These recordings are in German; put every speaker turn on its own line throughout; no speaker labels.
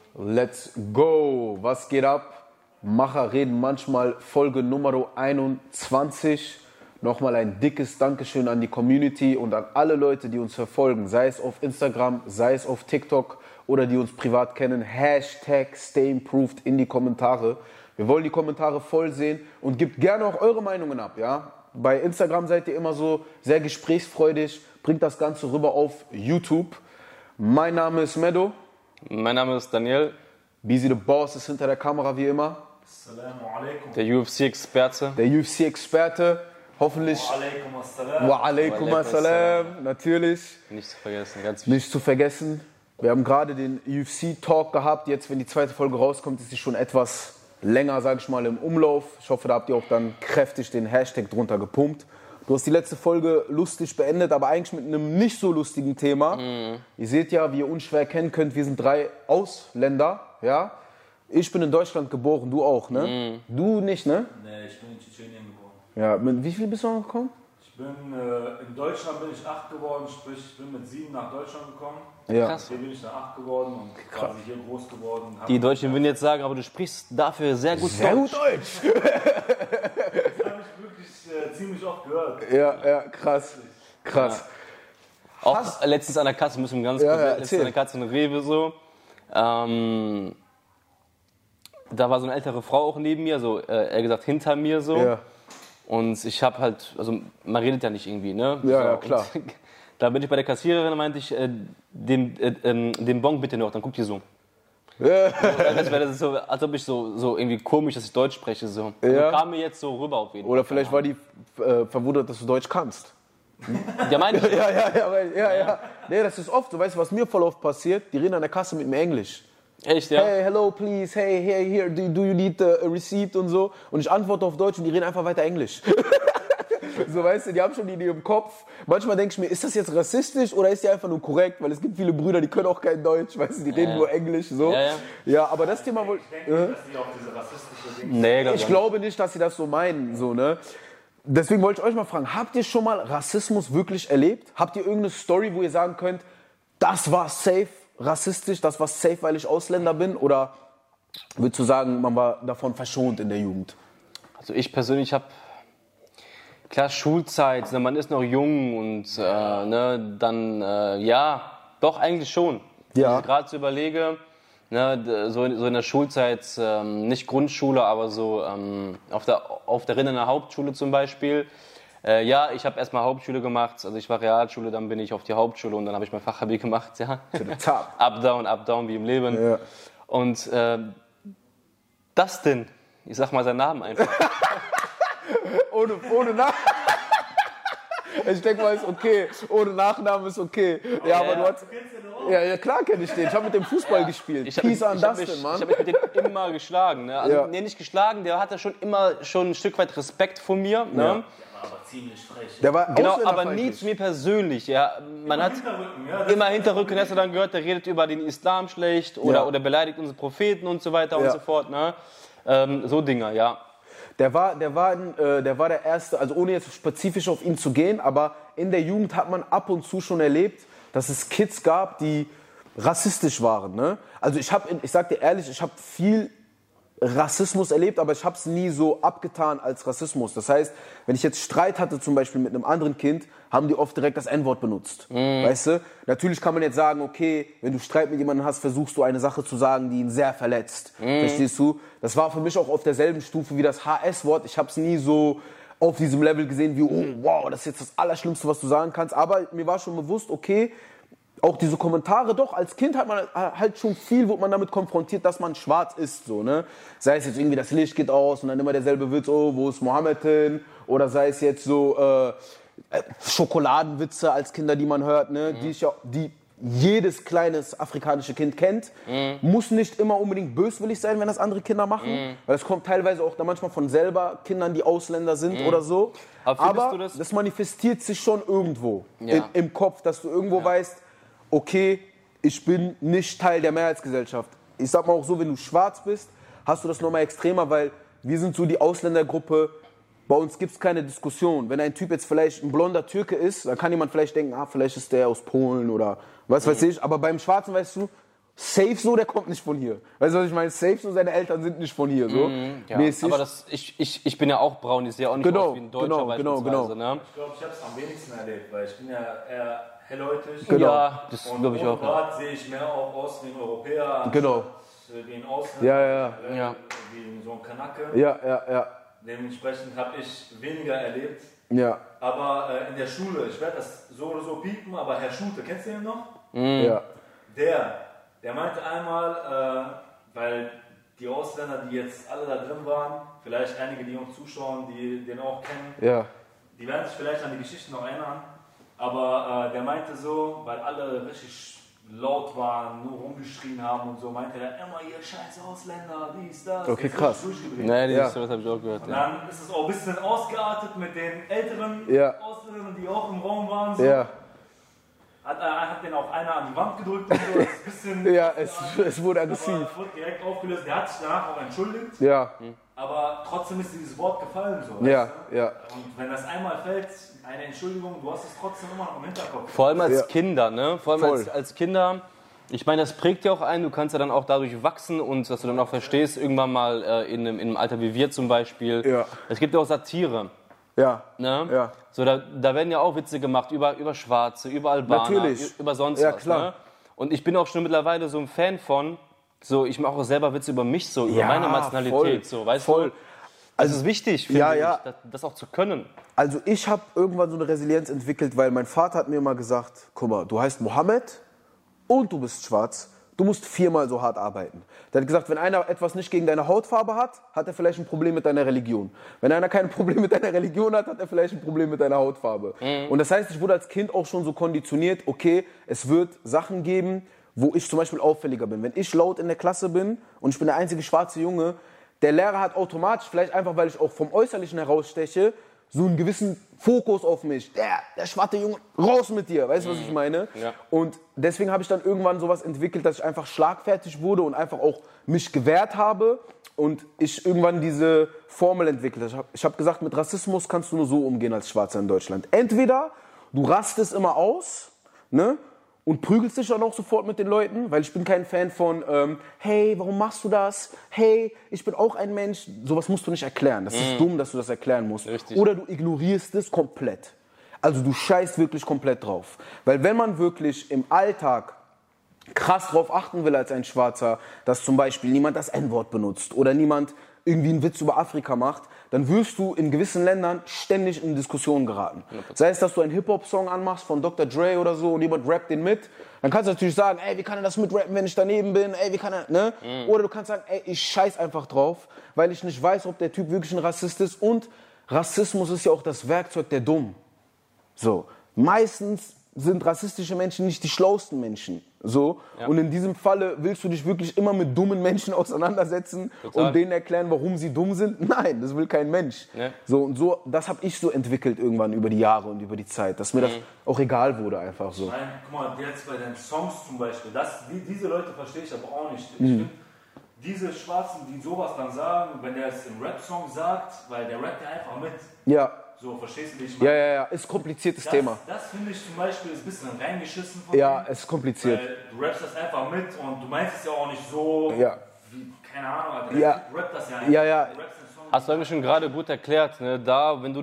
Let's go! Was geht ab? Macher reden manchmal, Folge Nummer 21. Nochmal ein dickes Dankeschön an die Community und an alle Leute, die uns verfolgen. Sei es auf Instagram, sei es auf TikTok oder die uns privat kennen. Hashtag StayImproved in die Kommentare. Wir wollen die Kommentare voll sehen und gebt gerne auch eure Meinungen ab. Ja? Bei Instagram seid ihr immer so sehr gesprächsfreudig. Bringt das Ganze rüber auf YouTube. Mein Name ist Medo.
Mein Name ist Daniel.
Busy the Boss ist hinter der Kamera wie immer.
Assalamu alaikum.
Der UFC-Experte.
Der UFC-Experte. Hoffentlich.
Wa alaikum assalam.
Wa alaikum assalam. Natürlich.
Nicht zu vergessen, ganz wichtig.
Nicht zu vergessen. Wir haben gerade den UFC-Talk gehabt. Jetzt, wenn die zweite Folge rauskommt, ist sie schon etwas länger, sage ich mal, im Umlauf. Ich hoffe, da habt ihr auch dann kräftig den Hashtag drunter gepumpt. Du hast die letzte Folge lustig beendet, aber eigentlich mit einem nicht so lustigen Thema. Ihr seht ja, wie ihr uns schwer kennen könnt, wir sind 3 Ausländer. Ja? Ich bin in Deutschland geboren, du auch, ne? Du nicht, ne?
Nee, ich bin in Tschetschenien geboren.
Ja, mit wie viel bist du angekommen?
In Deutschland bin ich 8 geworden, sprich ich bin mit 7 nach Deutschland gekommen.
Ja.
Krass.
Hier bin ich dann 8 geworden und quasi hier groß geworden.
Die Deutschen würden jetzt sagen, aber du sprichst dafür sehr gut
Sehr
Deutsch.
gut Deutsch.
Das habe ich wirklich ziemlich oft gehört.
Ja, krass. Krass.
Auch letztens an der Kasse, müssen wir ganz kurz, letztens
erzähl.
an der Kasse in Rewe so. Da war so eine ältere Frau auch neben mir, so eher gesagt hinter mir so.
Ja.
Und ich habe halt, also man redet ja nicht irgendwie, ne?
Ja,
so,
ja, klar.
Und da bin ich bei der Kassiererin und meinte ich, den Bon bitte noch, dann guckt die so.
Ja.
Als wäre das so, als ob ich so irgendwie komisch, dass ich Deutsch spreche. So. Also
Ja.
kam mir jetzt so rüber auf jeden Fall.
Oder vielleicht war die verwundert, dass du Deutsch kannst.
Ja, meine ich.
Ja. Nee, das ist oft, du weißt, was mir voll oft passiert, die reden an der Kasse mit mir Englisch.
Echt, ja?
Hey, hello, please, hey, here, do you need a receipt und so. Und ich antworte auf Deutsch und die reden einfach weiter Englisch. So, weißt du, die haben schon die Idee im Kopf. Manchmal denke ich mir, ist das jetzt rassistisch oder ist die einfach nur korrekt? Weil es gibt viele Brüder, die können auch kein Deutsch, weißt du, die reden nur Englisch, so. Ja, aber das Thema wohl...
Ich denke nicht, dass die auch diese rassistische Dinge...
Nee, glaub
Ich glaube nicht, dass sie das so meinen, so, ne? Deswegen wollte ich euch mal fragen, habt ihr schon mal Rassismus wirklich erlebt? Habt ihr irgendeine Story, wo ihr sagen könnt, das war safe rassistisch, das war safe, weil ich Ausländer bin? Oder würdest du sagen, man war davon verschont in der Jugend?
Also ich persönlich habe, klar, Schulzeit, ne, man ist noch jung und ja, doch eigentlich schon.
Ja.
Wenn ich gerade so überlege, ne, so in der Schulzeit, nicht Grundschule, aber so auf der Rinnener Hauptschule zum Beispiel. Ja, ich habe erstmal Hauptschule gemacht, also ich war Realschule, dann bin ich auf die Hauptschule und dann habe ich mein Fachabi gemacht, ja.
To the top.
Up, down, wie im Leben.
Ja.
Und Dustin, ich sag mal seinen Namen einfach.
Ohne Nachname. Ich denke mal, ist okay. Ohne Nachname ist okay. Ja, aber du hast... Ja, klar kenne ich den. Ich habe mit dem Fußball gespielt. Peace an Dustin, Mann.
Ich habe mich mit dem immer geschlagen. Ne? Also, nee, nicht geschlagen, der hatte schon immer ein Stück weit Respekt vor mir. Ne?
Ja.
Der war aber ziemlich frech.
Der war
Genau, aber nie
ausländerfeindlich.
zu mir persönlich. Ja. Man hat immer Hinterrücken, hast du dann gehört, der redet über den Islam schlecht oder beleidigt unsere Propheten und so weiter und so fort. Ne? So Dinger, ja.
Der war der Erste, also ohne jetzt spezifisch auf ihn zu gehen, aber in der Jugend hat man ab und zu schon erlebt, dass es Kids gab, die rassistisch waren. Ne? Also ich sag dir ehrlich, ich habe viel Rassismus erlebt, aber ich habe es nie so abgetan als Rassismus. Das heißt, wenn ich jetzt Streit hatte zum Beispiel mit einem anderen Kind, haben die oft direkt das N-Wort benutzt. Weißt du? Natürlich kann man jetzt sagen, okay, wenn du Streit mit jemandem hast, versuchst du eine Sache zu sagen, die ihn sehr verletzt. Verstehst du? Das war für mich auch auf derselben Stufe wie das HS-Wort. Ich habe es nie so auf diesem Level gesehen wie, oh, wow, das ist jetzt das Allerschlimmste, was du sagen kannst. Aber mir war schon bewusst, okay, auch diese Kommentare, doch, als Kind hat man halt schon viel, wurde man damit konfrontiert, dass man schwarz ist, so, ne? Sei es jetzt irgendwie, das Licht geht aus und dann immer derselbe Witz, oh, wo ist Mohammed hin? Oder sei es jetzt so Schokoladenwitze als Kinder, die man hört, ne? Die jedes kleines afrikanische Kind kennt. Muss nicht immer unbedingt böswillig sein, wenn das andere Kinder machen, weil es kommt teilweise auch dann manchmal von selber Kindern, die Ausländer sind oder so. Aber das manifestiert sich schon irgendwo im Kopf, dass du irgendwo weißt, okay, ich bin nicht Teil der Mehrheitsgesellschaft. Ich sag mal auch so, wenn du schwarz bist, hast du das nochmal extremer, weil wir sind so die Ausländergruppe, bei uns gibt es keine Diskussion. Wenn ein Typ jetzt vielleicht ein blonder Türke ist, dann kann jemand vielleicht denken, vielleicht ist der aus Polen oder was weiß ich. Aber beim Schwarzen weißt du, safe so, der kommt nicht von hier. Weißt du, was ich meine? Safe so, seine Eltern sind nicht von hier. So.
Ja.
Mäßig.
Aber ich bin ja auch braun, ich sehe auch nicht aus wie ein Deutscher beispielsweise.
Genau.
Ich glaube, ich habe es am wenigsten erlebt, weil ich bin ja eher hellhäutig.
Ja, das
Und
glaube ich auch.
ohne Bart sehe ich mehr auch aus wie ein Europäer,
Genau.
wie ein Ausländer,
Ja.
wie so ein Kanake.
Ja.
Dementsprechend habe ich weniger erlebt.
Ja.
Aber in der Schule, ich werde das so oder so piepen, aber Herr Schute, kennst du ihn noch?
Ja.
Der meinte einmal, weil die Ausländer, die jetzt alle da drin waren, vielleicht einige, die uns zuschauen, die den auch kennen,
Ja.
die werden sich vielleicht an die Geschichte noch erinnern. Aber der meinte so, weil alle richtig laut waren, nur rumgeschrien haben und so, meinte er immer, ihr scheiß Ausländer, dies, das.
Okay,
ist
krass.
durchgedreht.
Nee,
Ja.
das habe ich auch gehört.
Und
Ja.
dann ist es auch ein bisschen ausgeartet mit den älteren
Ja.
Ausländern, die auch im Raum waren. So.
Ja.
Hat den auch einer an die Wand gedrückt und so. Das ist ein bisschen
Ja, es wurde aggressiv.
aber wurde direkt aufgelöst. Der hat sich danach auch entschuldigt.
Ja.
Aber trotzdem ist dieses Wort gefallen. So,
Ja.
weißt du?
Ja.
Und wenn das einmal fällt, eine Entschuldigung, du hast es trotzdem immer noch im Hinterkopf.
Vor allem als
Ja.
Kinder, ne? Vor allem
Voll.
als Kinder. Ich meine, das prägt ja auch einen. Du kannst ja dann auch dadurch wachsen und dass du dann auch verstehst, irgendwann mal in einem Alter wie wir zum Beispiel.
Ja.
Es gibt ja auch Satire.
Ja.
Ne?
Ja.
So, da werden ja auch Witze gemacht über Schwarze, über Albaner,
Natürlich.
über sonst
Ja,
was.
klar.
Ne? Und ich bin auch schon mittlerweile so ein Fan von, so, ich mache auch selber Witze über mich, so, über
Ja,
meine Nationalität.
voll,
So, weißt
voll.
du? Also es ist wichtig, finde
Ja,
ich,
ja.
das auch zu können.
Also ich habe irgendwann so eine Resilienz entwickelt, weil mein Vater hat mir immer gesagt, guck mal, du heißt Mohammed und du bist schwarz, du musst 4-mal so hart arbeiten. Der hat gesagt, wenn einer etwas nicht gegen deine Hautfarbe hat, hat er vielleicht ein Problem mit deiner Religion. Wenn einer kein Problem mit deiner Religion hat, hat er vielleicht ein Problem mit deiner Hautfarbe. Und das heißt, ich wurde als Kind auch schon so konditioniert, okay, es wird Sachen geben, wo ich zum Beispiel auffälliger bin. Wenn ich laut in der Klasse bin und ich bin der einzige schwarze Junge, der Lehrer hat automatisch, vielleicht einfach, weil ich auch vom Äußerlichen heraussteche, so einen gewissen Fokus auf mich. Der schwarze Junge, raus mit dir, weißt du, was ich meine?
Ja.
Und deswegen habe ich dann irgendwann sowas entwickelt, dass ich einfach schlagfertig wurde und einfach auch mich gewehrt habe und ich irgendwann diese Formel entwickelt habe. Ich habe gesagt, mit Rassismus kannst du nur so umgehen als Schwarzer in Deutschland. Entweder du rastest immer aus, ne? Und prügelst dich dann auch sofort mit den Leuten, weil ich bin kein Fan von, hey, warum machst du das? Hey, ich bin auch ein Mensch. Sowas musst du nicht erklären. Das ist dumm, dass du das erklären musst.
Richtig.
Oder du ignorierst es komplett. Also du scheißt wirklich komplett drauf. Weil wenn man wirklich im Alltag krass drauf achten will als ein Schwarzer, dass zum Beispiel niemand das N-Wort benutzt oder niemand irgendwie einen Witz über Afrika macht, dann wirst du in gewissen Ländern ständig in Diskussionen geraten. Sei es, dass du einen Hip-Hop-Song anmachst von Dr. Dre oder so und jemand rappt den mit, dann kannst du natürlich sagen, ey, wie kann er das mitrappen, wenn ich daneben bin, ey, wie kann er, ne? Oder du kannst sagen, ey, ich scheiß einfach drauf, weil ich nicht weiß, ob der Typ wirklich ein Rassist ist und Rassismus ist ja auch das Werkzeug der Dummen. So, meistens sind rassistische Menschen nicht die schlauesten Menschen. So.
Ja.
Und in diesem Falle willst du dich wirklich immer mit dummen Menschen auseinandersetzen
Total.
und denen erklären, warum sie dumm sind? Nein, das will kein Mensch.
Ja.
So, und so, das habe ich so entwickelt irgendwann über die Jahre und über die Zeit, dass mir das auch egal wurde einfach so.
Nein, guck mal, jetzt bei den Songs zum Beispiel, diese Leute verstehe ich aber auch nicht. Ich finde, diese Schwarzen, die sowas dann sagen, wenn der es im Rap-Song sagt, weil der rappt ja einfach mit.
Ja,
So, verstehst du, wie ich
ja,
meine?
ja, ist ein kompliziertes Thema.
Das finde ich zum Beispiel ist ein bisschen reingeschissen von
Ja,
denen,
es ist kompliziert.
weil du rappst das einfach mit und du meinst es ja auch nicht so,
Ja.
wie, keine Ahnung, Alter,
Ja.
der rappt das ja
Ja, ja.
Du rappst den Song.
Hast du eigentlich schon gerade gut erklärt, ne? Da, wenn du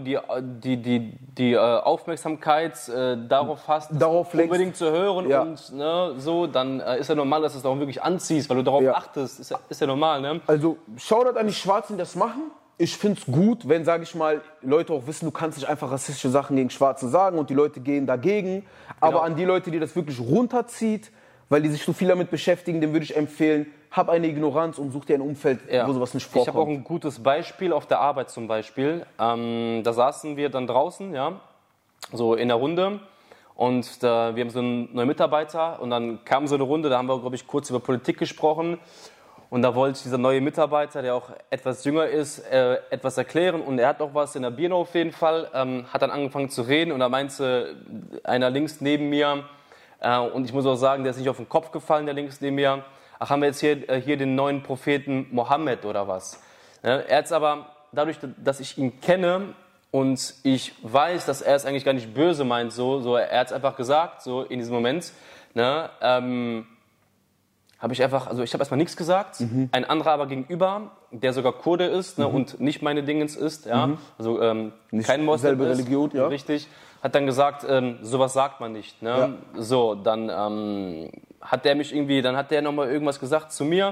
die Aufmerksamkeit darauf hast, das
Darauf lenkst.
unbedingt zu hören
Ja.
und ne, so, dann ist ja normal, dass du es auch wirklich anziehst, weil du darauf
Ja.
achtest. Ist ja normal, ne?
Also, Shoutout an die Schwarzen, die das machen. Ich finde es gut, wenn, sage ich mal, Leute auch wissen, du kannst nicht einfach rassistische Sachen gegen Schwarze sagen und die Leute gehen dagegen. Aber
Genau.
an die Leute, die das wirklich runterzieht, weil die sich so viel damit beschäftigen, dem würde ich empfehlen, hab eine Ignoranz und such dir ein Umfeld, wo sowas nicht
Ich habe auch
vorkommt.
ein gutes Beispiel auf der Arbeit zum Beispiel. Da saßen wir dann draußen, ja, so in der Runde. Und wir haben so einen neuen Mitarbeiter und dann kam so eine Runde, da haben wir, glaube ich, kurz über Politik gesprochen. Und da wollte dieser neue Mitarbeiter, der auch etwas jünger ist, etwas erklären. Und er hat auch was in der Birne auf jeden Fall, hat dann angefangen zu reden. Und da meinte einer links neben mir, und ich muss auch sagen, der ist nicht auf den Kopf gefallen, der links neben mir. Ach, haben wir jetzt hier den neuen Propheten Mohammed oder was? Ja, er hat es aber, dadurch, dass ich ihn kenne und ich weiß, dass er es eigentlich gar nicht böse meint, so er hat es einfach gesagt, so in diesem Moment, ne, habe ich einfach, also ich habe erstmal nichts gesagt, ein anderer aber gegenüber, der sogar Kurde ist, ne, und nicht meine Dingens ist, ja, also kein Moslem
selbe
ist,
Religion, ja.
richtig, hat dann gesagt, sowas sagt man nicht, ne,
Ja.
so, dann hat der mich irgendwie, dann hat der nochmal irgendwas gesagt zu mir.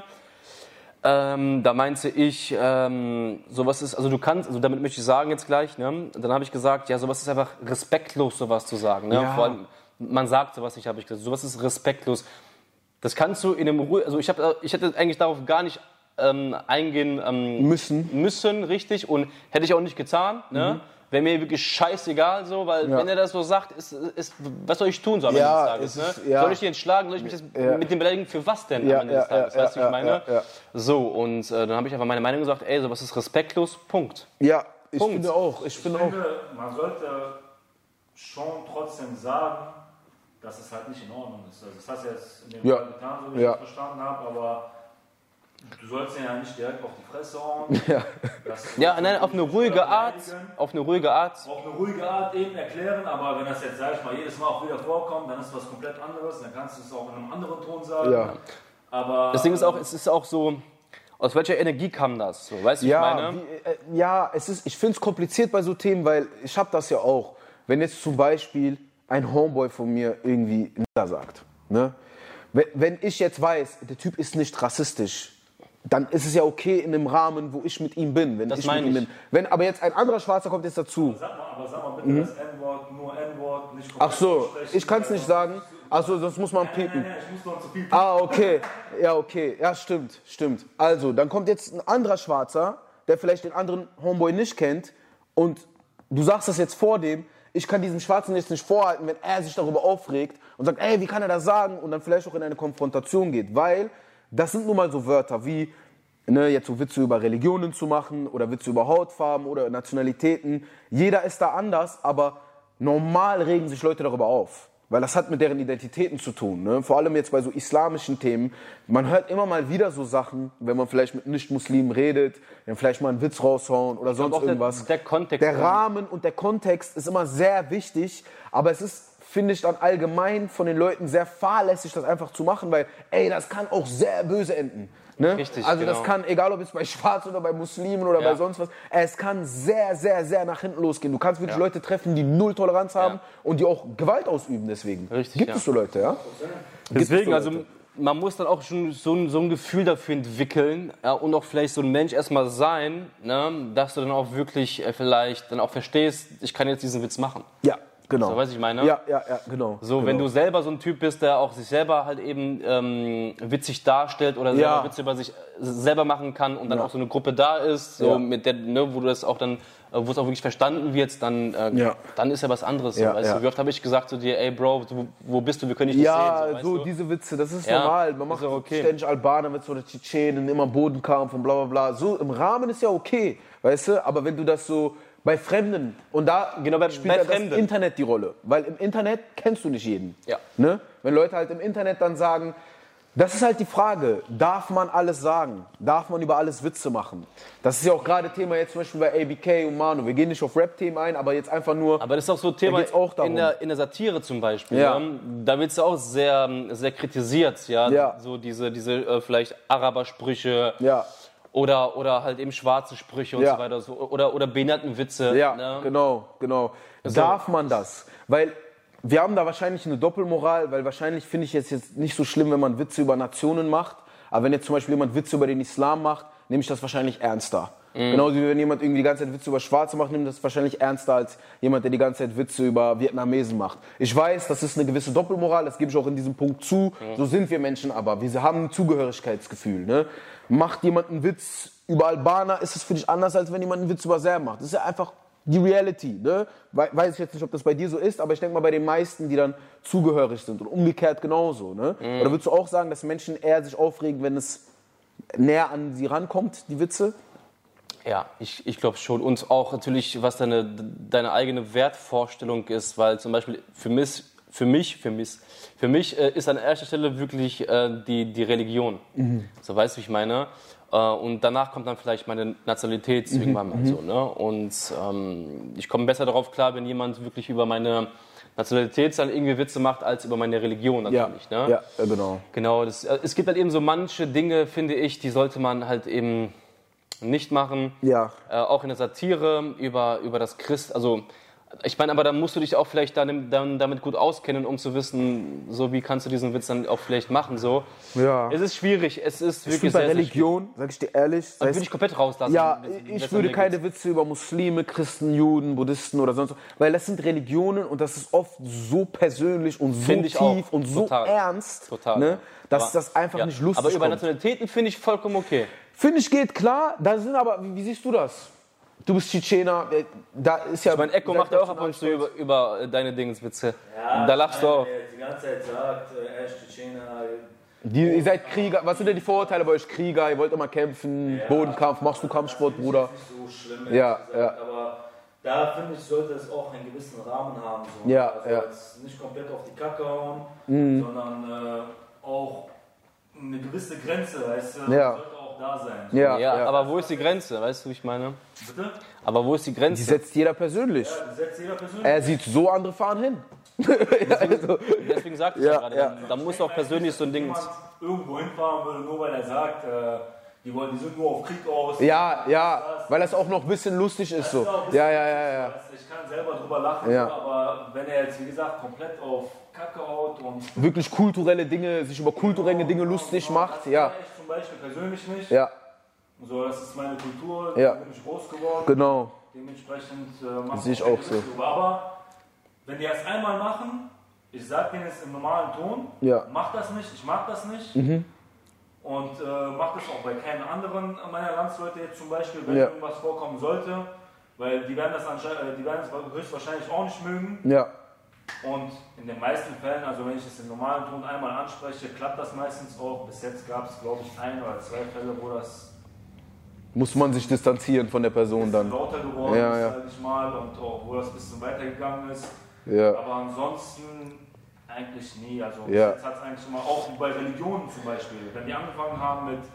Da meinte ich, sowas ist, also du kannst, also damit möchte ich sagen jetzt gleich, ne? Dann habe ich gesagt, ja, sowas ist einfach respektlos, sowas zu sagen, ne?
Ja.
Vor allem, man sagt sowas nicht, habe ich gesagt, sowas ist respektlos. Das kannst du in einem Ruhe, also ich hätte eigentlich darauf gar nicht eingehen müssen, richtig, und hätte ich auch nicht getan, ne? Wäre mir wirklich scheißegal so, weil wenn er das so sagt, ist was soll ich tun so am Ende des Tages, ne? Soll ich den jetzt schlagen, soll ich mich jetzt mit dem beleidigen, für was denn am Ende des Tages, weißt du, wie ich meine? So, und dann habe ich einfach meine Meinung gesagt, ey, sowas ist respektlos, Punkt.
Ja, ich
Punkt.
finde auch. Ich finde auch.
Man sollte schon trotzdem sagen, dass es halt nicht in Ordnung ist. Also das hast du jetzt in dem Fall getan, so wie ich das verstanden habe, aber du sollst ihn ja nicht direkt auf die Fresse hauen.
Ja, nein, auf eine ruhige Art. Auf eine ruhige Art.
Auf eine ruhige Art eben erklären, aber wenn das jetzt, sag ich mal, jedes Mal auch wieder vorkommt, dann ist was komplett anderes, dann kannst du es auch in einem anderen Ton sagen.
Ja.
Aber
Das Ding ist auch, es ist auch so, aus welcher Energie kam das? So, weißt du, ich meine?
Ich finde es kompliziert bei so Themen, weil ich habe das ja auch. Wenn jetzt zum Beispiel ein Homeboy von mir irgendwie Nigger sagt, ne? Wenn ich jetzt weiß, der Typ ist nicht rassistisch, dann ist es ja okay in dem Rahmen, wo ich mit ihm bin. Wenn
Das
ich
meine
mit ihm
ich.
bin. Wenn aber jetzt ein anderer Schwarzer kommt jetzt dazu.
Sag mal bitte das N-Wort, nur N-Wort, nicht
Ach so,
sprechen.
ich kann es nicht sagen. Ach so, sonst muss man piepen.
Nein, ich muss noch zu viel piepen.
Ah, okay. Ja, okay. Ja, stimmt. Also, dann kommt jetzt ein anderer Schwarzer, der vielleicht den anderen Homeboy nicht kennt, und du sagst das jetzt vor dem. Ich kann diesem Schwarzen jetzt nicht vorhalten, wenn er sich darüber aufregt und sagt, ey, wie kann er das sagen? Und dann vielleicht auch in eine Konfrontation geht. Weil das sind nun mal so Wörter wie, ne, jetzt so Witze über Religionen zu machen oder Witze über Hautfarben oder Nationalitäten. Jeder ist da anders, aber normal regen sich Leute darüber auf. Weil das hat mit deren Identitäten zu tun. Ne? Vor allem jetzt bei so islamischen Themen. Man hört immer mal wieder so Sachen, wenn man vielleicht mit Nicht-Muslimen redet, dann vielleicht mal einen Witz raushauen oder sonst irgendwas.
Der Kontext.
Der Rahmen und der Kontext ist immer sehr wichtig, aber es ist, finde ich, dann allgemein von den Leuten sehr fahrlässig, das einfach zu machen, weil, ey, das kann auch sehr böse enden. Ne?
Richtig,
also das
genau.
kann, egal ob es bei Schwarz oder bei Muslimen oder bei sonst was, es kann sehr, sehr, sehr nach hinten losgehen. Du kannst wirklich Leute treffen, die null Toleranz haben und die auch Gewalt ausüben deswegen.
Richtig,
Gibt es so Leute, ja?
Deswegen, also man muss dann auch schon so ein Gefühl dafür entwickeln, ja, und auch vielleicht so ein Mensch erstmal sein, ne, dass du dann auch wirklich vielleicht dann auch verstehst, ich kann jetzt diesen Witz machen.
Ja, genau.
So, weißt du, ich meine?
Ja, genau.
So,
genau.
wenn du selber so ein Typ bist, der auch sich selber halt eben witzig darstellt oder selber Witze über sich selber machen kann und dann auch so eine Gruppe da ist, so mit der, ne, wo du das auch dann, wo es auch wirklich verstanden wird, dann ist ja was anderes. So, weißt du? Wie oft habe ich gesagt zu dir, ey Bro, wo bist du, wir können dich nicht sehen.
So,
weißt du?
diese Witze, das ist normal. Man macht
ist auch okay.
ständig Albaner-Witze oder Tschetschenen, immer Bodenkampf und bla bla bla. So im Rahmen ist ja okay, weißt du? Aber wenn du das so bei Fremden, und da spielt ja das Internet die Rolle. Weil im Internet kennst du nicht jeden.
Ja.
Ne? Wenn Leute halt im Internet dann sagen, das ist halt die Frage, darf man alles sagen? Darf man über alles Witze machen? Das ist ja auch gerade Thema jetzt zum Beispiel bei ABK und Manu. Wir gehen nicht auf Rap-Themen ein, aber jetzt einfach nur...
Aber das ist auch so ein Thema
auch
in der Satire zum Beispiel.
Ja.
Ne? Da wird es auch sehr, sehr kritisiert. Ja? So diese vielleicht Arabersprüche.
Ja.
Oder halt eben schwarze Sprüche und so weiter. So, oder Behindertenwitze.
Ja,
ne?
genau. Darf man das? Weil wir haben da wahrscheinlich eine Doppelmoral, weil wahrscheinlich finde ich es jetzt nicht so schlimm, wenn man Witze über Nationen macht. Aber wenn jetzt zum Beispiel jemand Witze über den Islam macht, nehme ich das wahrscheinlich ernster. Genauso wie wenn jemand irgendwie die ganze Zeit Witze über Schwarze macht, nimmt das wahrscheinlich ernster als jemand, der die ganze Zeit Witze über Vietnamesen macht. Ich weiß, das ist eine gewisse Doppelmoral, das gebe ich auch in diesem Punkt zu. So sind wir Menschen aber. Wir haben ein Zugehörigkeitsgefühl. Ne? Macht jemand einen Witz über Albaner, ist es für dich anders, als wenn jemand einen Witz über Serben macht. Das ist ja einfach die Reality. Ne? Weiß ich jetzt nicht, ob das bei dir so ist, aber ich denke mal bei den meisten, die dann zugehörig sind und umgekehrt genauso. Ne? Oder würdest du auch sagen, dass Menschen eher sich aufregen, wenn es näher an sie rankommt, die Witze?
Ja, ich glaube schon. Und auch natürlich, was deine eigene Wertvorstellung ist, weil zum Beispiel für mich ist an erster Stelle wirklich die Religion. So, weißt du, wie ich meine? Und danach kommt dann vielleicht meine Nationalität irgendwann mal so. Ne? Und ich komme besser darauf klar, wenn jemand wirklich über meine Nationalität dann irgendwie Witze macht, als über meine Religion natürlich.
Ja,
ne?
ja, genau.
Genau, es gibt halt eben so manche Dinge, finde ich, die sollte man halt eben nicht machen.
Ja.
Auch in der Satire über das also ich meine, aber da musst du dich auch vielleicht dann damit gut auskennen, um zu wissen, so wie kannst du diesen Witz dann auch vielleicht machen. So.
Ja.
Es ist schwierig, es ist wirklich
bei
sehr,
Religion, sag ich dir ehrlich.
sehr würde ich komplett rauslassen.
Ja, ich würde keine Witze über Muslime, Christen, Juden, Buddhisten oder sonst was, weil das sind Religionen und das ist oft so persönlich und so tief und so ernst, ne, dass das einfach nicht lustig ist.
Aber über Nationalitäten finde ich vollkommen okay.
Finde ich geht klar, da sind aber, wie siehst du das? Du bist Tschetschener, da ist ja...
Mein Echo macht auch ab und zu über deine Dingenswitze.
Ja,
da lachst du auch.
Der die ganze Zeit sagt, er ist Tschetschener.
Ihr seid Krieger, was sind denn die Vorurteile bei euch? Krieger, ihr wollt immer kämpfen, Bodenkampf, machst du Kampfsport, Bruder?
Das ist nicht so schlimm,
gesagt,
aber da finde ich, sollte es auch einen gewissen Rahmen haben. So.
Ja,
also jetzt nicht komplett auf die Kacke hauen, sondern auch eine gewisse Grenze, weißt du, sollte auch da sein. So.
Ja, aber wo ist die Grenze, weißt du, wie ich meine?
Bitte?
Aber wo ist die Grenze?
Die setzt jeder persönlich.
Ja, die setzt jeder persönlich.
Er sieht so, andere fahren hin.
Deswegen sagte ich gerade, da muss auch persönlich so ein Ding...
Wenn jemand irgendwo hinfahren würde, nur weil er sagt, die sind nur auf Krieg aus.
Ja, weil das auch noch ein bisschen lustig ist. So. Ja.
Ich kann selber drüber lachen, aber wenn er jetzt, wie gesagt, komplett auf Kacke haut und...
Wirklich kulturelle Dinge, sich über kulturelle Dinge lustig macht, ja.
Das ich zum Beispiel persönlich nicht.
Ja.
So, das ist meine Kultur, da bin ich groß geworden.
Genau.
Dementsprechend mache
sehe ich auch so.
Aber wenn die das einmal machen, ich sage denen es im normalen Ton, mach das nicht, ich mag das nicht. Und mach das auch bei keinem anderen meiner Landsleute jetzt zum Beispiel, wenn irgendwas vorkommen sollte, weil die werden das höchstwahrscheinlich auch nicht mögen.
Ja.
Und in den meisten Fällen, also wenn ich es im normalen Ton einmal anspreche, klappt das meistens auch. Bis jetzt gab es, glaube ich, 1 oder 2 Fälle, wo das...
Muss man sich distanzieren von der Person dann.
Lauter geworden ist, sag ich mal, und auch, wo das ein bisschen weitergegangen ist.
Ja.
Aber ansonsten eigentlich nie. Also bis jetzt hat es eigentlich immer, auch bei Religionen zum Beispiel, wenn die angefangen haben mit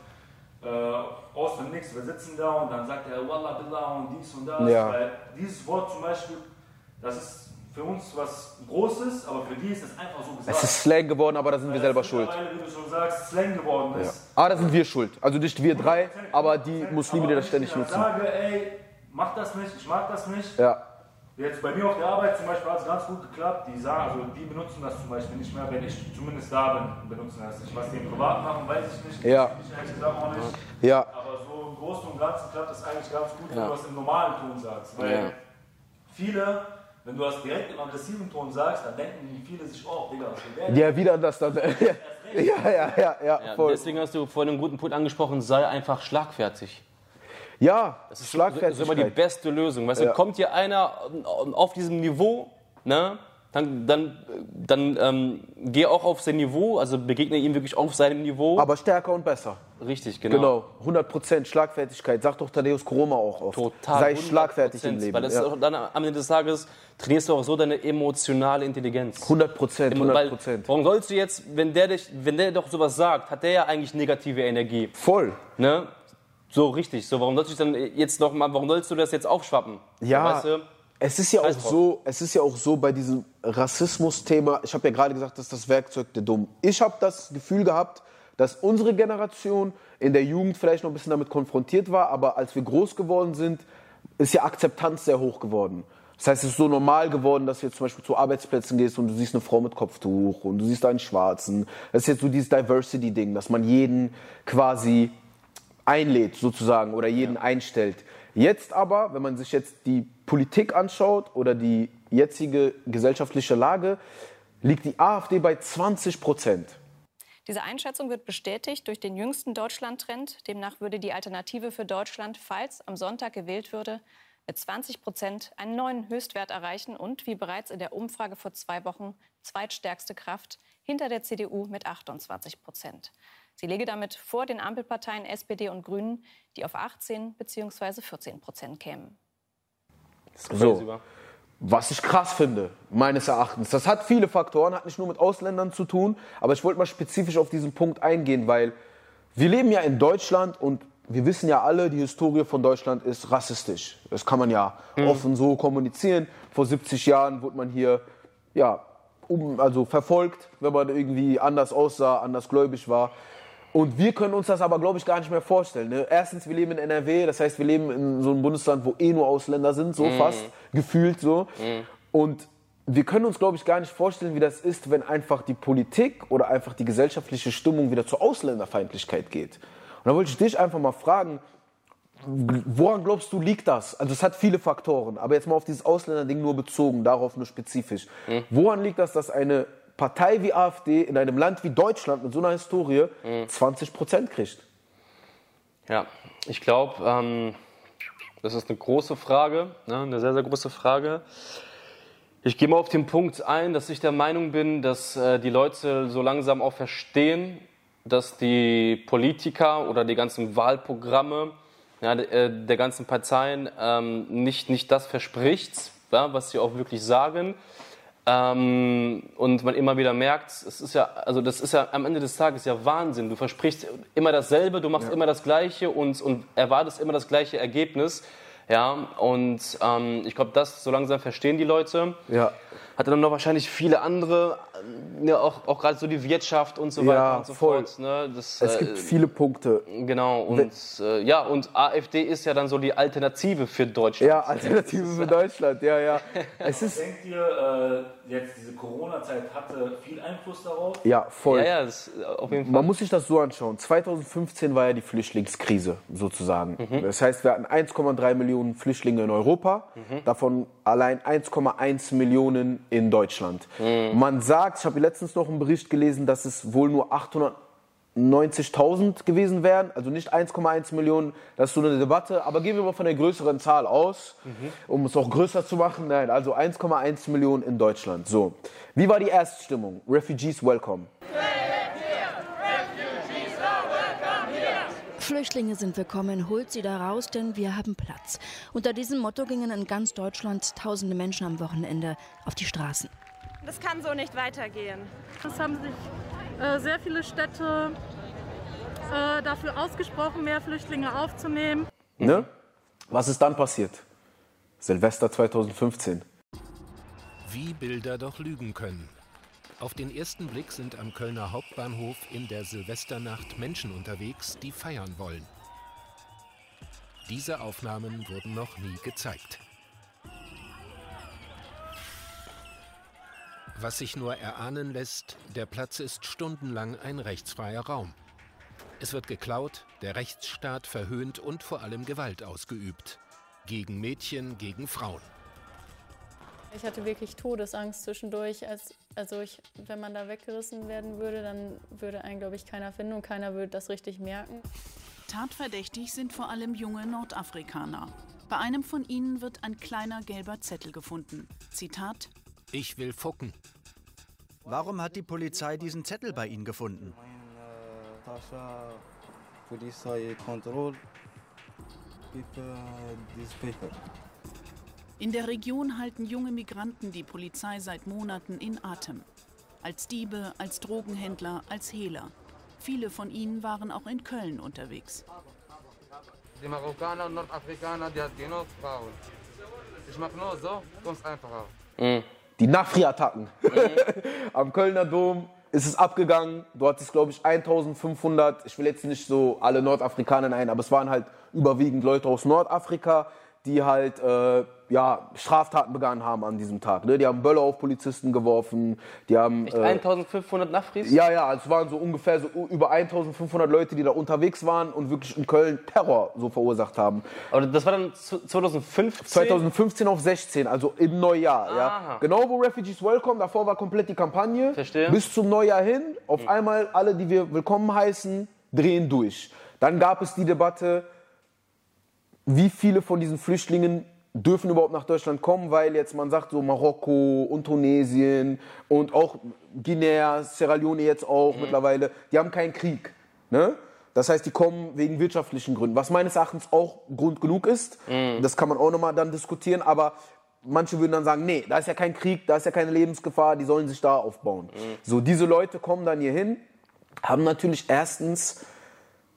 aus dem Nix, wir sitzen da und dann sagt er Wallah Billah und dies und das. Weil dieses Wort zum Beispiel, das ist für uns was Großes, aber für die ist es einfach so gesagt.
Es ist Slang geworden, aber da sind wir selber schuld.
Wie du schon sagst, Slang geworden ist.
Aber da sind wir schuld. Also nicht wir drei, aber die Muslime, die das ständig nutzen.
Ich sage, ey, mach das nicht, ich mag das nicht.
Ja.
Jetzt bei mir auf der Arbeit zum Beispiel hat es ganz gut geklappt. Die sagen, also die benutzen das zum Beispiel nicht mehr, wenn ich zumindest da bin, benutzen das nicht. Was die im Privat machen, weiß ich nicht.
Ja.
Ich ehrlich gesagt auch nicht.
Ja.
Aber so im Großen und Ganzen klappt das eigentlich ganz gut, wenn du das im normalen Ton sagst. Weil viele, wenn du das direkt im aggressiven Ton sagst, dann denken viele sich, oh, Digga, was will der?
Ja, wieder das dann. Ja, voll.
Deswegen hast du vorhin einen guten Punkt angesprochen, sei einfach schlagfertig.
Ja,
das ist
Schlagfertigkeit.
Das ist immer die beste Lösung. Weißt du, kommt hier einer auf diesem Niveau, ne, dann geh auch auf sein Niveau, also begegne ihm wirklich auf seinem Niveau.
Aber stärker und besser.
Richtig, genau.
100% Schlagfertigkeit. Sagt doch Thaddeus Koroma auch oft.
Total.
Sei schlagfertig im Leben.
Weil das ist auch dann am Ende des Tages trainierst du auch so deine emotionale Intelligenz.
100%.
Warum sollst du jetzt, wenn der doch sowas sagt, hat der ja eigentlich negative Energie.
Voll.
Ne? So richtig. So, warum sollst du das jetzt aufschwappen?
Ja.
Weißt du?
Es ist ja auch so bei diesem Rassismus-Thema, ich habe ja gerade gesagt, das ist das Werkzeug der Dummen. Ich habe das Gefühl gehabt, dass unsere Generation in der Jugend vielleicht noch ein bisschen damit konfrontiert war, aber als wir groß geworden sind, ist ja Akzeptanz sehr hoch geworden. Das heißt, es ist so normal geworden, dass du jetzt zum Beispiel zu Arbeitsplätzen gehst und du siehst eine Frau mit Kopftuch und du siehst einen Schwarzen. Das ist jetzt so dieses Diversity-Ding, dass man jeden quasi einlädt sozusagen oder jeden einstellt. Jetzt aber, wenn man sich jetzt die Politik anschaut oder die jetzige gesellschaftliche Lage, liegt die AfD bei 20%.
Diese Einschätzung wird bestätigt durch den jüngsten Deutschland-Trend. Demnach würde die Alternative für Deutschland, falls am Sonntag gewählt würde, mit 20% einen neuen Höchstwert erreichen und, wie bereits in der Umfrage vor 2 Wochen, zweitstärkste Kraft hinter der CDU mit 28%. Sie läge damit vor den Ampelparteien SPD und Grünen, die auf 18 bzw. 14% kämen.
So, was ich krass finde, meines Erachtens, das hat viele Faktoren, hat nicht nur mit Ausländern zu tun, aber ich wollte mal spezifisch auf diesen Punkt eingehen, weil wir leben ja in Deutschland und wir wissen ja alle, die Historie von Deutschland ist rassistisch. Das kann man ja offen so kommunizieren. Vor 70 Jahren wurde man hier also verfolgt, wenn man irgendwie anders aussah, andersgläubig war. Und wir können uns das aber, glaube ich, gar nicht mehr vorstellen. Ne? Erstens, wir leben in NRW, das heißt, wir leben in so einem Bundesland, wo nur Ausländer sind, so fast, gefühlt so. Und wir können uns, glaube ich, gar nicht vorstellen, wie das ist, wenn einfach die Politik oder einfach die gesellschaftliche Stimmung wieder zur Ausländerfeindlichkeit geht. Und da wollte ich dich einfach mal fragen, woran glaubst du, liegt das? Also es hat viele Faktoren, aber jetzt mal auf dieses Ausländerding nur bezogen, darauf nur spezifisch. Woran liegt das, dass eine Partei wie AfD in einem Land wie Deutschland mit so einer Historie 20% kriegt?
Ja, ich glaube, das ist eine große Frage, ne? Eine sehr, sehr große Frage. Ich gehe mal auf den Punkt ein, dass ich der Meinung bin, dass die Leute so langsam auch verstehen, dass die Politiker oder die ganzen Wahlprogramme der ganzen Parteien nicht das verspricht, was sie auch wirklich sagen. Und man immer wieder merkt, das ist ja am Ende des Tages ja Wahnsinn. Du versprichst immer dasselbe, du machst immer das Gleiche und erwartest immer das gleiche Ergebnis. Ja, und ich glaube, das so langsam verstehen die Leute. Ja. Hat dann noch wahrscheinlich viele andere, auch gerade so die Wirtschaft und so weiter und so fort. Ne?
Es gibt viele Punkte.
Genau, und und AfD ist ja dann so die Alternative für Deutschland.
Ja, Alternative für Deutschland, ja.
Denkt ihr, jetzt diese Corona-Zeit hatte viel Einfluss darauf?
Ja, voll.
Ja, das auf jeden Fall.
Man muss sich das so anschauen. 2015 war ja die Flüchtlingskrise sozusagen. Das heißt, wir hatten 1,3 Millionen Flüchtlinge in Europa, davon allein 1,1 Millionen in Deutschland. Man sagt, ich habe letztens noch einen Bericht gelesen, dass es wohl nur 890.000 gewesen wären, also nicht 1,1 Millionen, das ist so eine Debatte, aber gehen wir mal von der größeren Zahl aus, um es auch größer zu machen. Nein, also 1,1 Millionen in Deutschland. So, wie war die Erststimmung? Refugees welcome.
Flüchtlinge sind willkommen, holt sie da raus, denn wir haben Platz. Unter diesem Motto gingen in ganz Deutschland tausende Menschen am Wochenende auf die Straßen.
Das kann so nicht weitergehen.
Es haben sich sehr viele Städte dafür ausgesprochen, mehr Flüchtlinge aufzunehmen.
Ne? Was ist dann passiert? Silvester 2015.
Wie Bilder doch lügen können. Auf den ersten Blick sind am Kölner Hauptbahnhof in der Silvesternacht Menschen unterwegs, die feiern wollen. Diese Aufnahmen wurden noch nie gezeigt. Was sich nur erahnen lässt, der Platz ist stundenlang ein rechtsfreier Raum. Es wird geklaut, der Rechtsstaat verhöhnt und vor allem Gewalt ausgeübt. Gegen Mädchen, gegen Frauen.
Ich hatte wirklich Todesangst zwischendurch. Wenn man da weggerissen werden würde, dann würde einen, glaube ich, keiner finden und keiner würde das richtig merken.
Tatverdächtig sind vor allem junge Nordafrikaner. Bei einem von ihnen wird ein kleiner gelber Zettel gefunden. Zitat:
Ich will fucken.
Warum hat die Polizei diesen Zettel bei Ihnen gefunden?
In der Region halten junge Migranten die Polizei seit Monaten in Atem. Als Diebe, als Drogenhändler, als Hehler. Viele von ihnen waren auch in Köln unterwegs.
Die Marokkaner und Nordafrikaner, die hat genug Frauen. Ich mach nur so, kommt's einfacher.
Die Nafri-Attacken. Am Kölner Dom ist es abgegangen. Du hattest, glaube ich, 1500, ich will jetzt nicht so alle Nordafrikaner ein, aber es waren halt überwiegend Leute aus Nordafrika, die halt Straftaten begangen haben an diesem Tag. Ne? Die haben Böller auf Polizisten geworfen. Die haben,
Echt 1500 Nafris?
Ja, also es waren so ungefähr so über 1500 Leute, die da unterwegs waren und wirklich in Köln Terror so verursacht haben.
Aber das war dann 2015?
2015 auf 16, also im Neujahr. Ja. Genau wo Refugees Welcome, davor war komplett die Kampagne.
Verstehe.
Bis zum Neujahr hin, auf einmal alle, die wir willkommen heißen, drehen durch. Dann gab es die Debatte, wie viele von diesen Flüchtlingen dürfen überhaupt nach Deutschland kommen, weil jetzt man sagt so Marokko und Tunesien und auch Guinea, Sierra Leone jetzt auch mittlerweile, die haben keinen Krieg. Ne? Das heißt, die kommen wegen wirtschaftlichen Gründen, was meines Erachtens auch Grund genug ist. Das kann man auch nochmal dann diskutieren, aber manche würden dann sagen, nee, da ist ja kein Krieg, da ist ja keine Lebensgefahr, die sollen sich da aufbauen. So, diese Leute kommen dann hier hin, haben natürlich erstens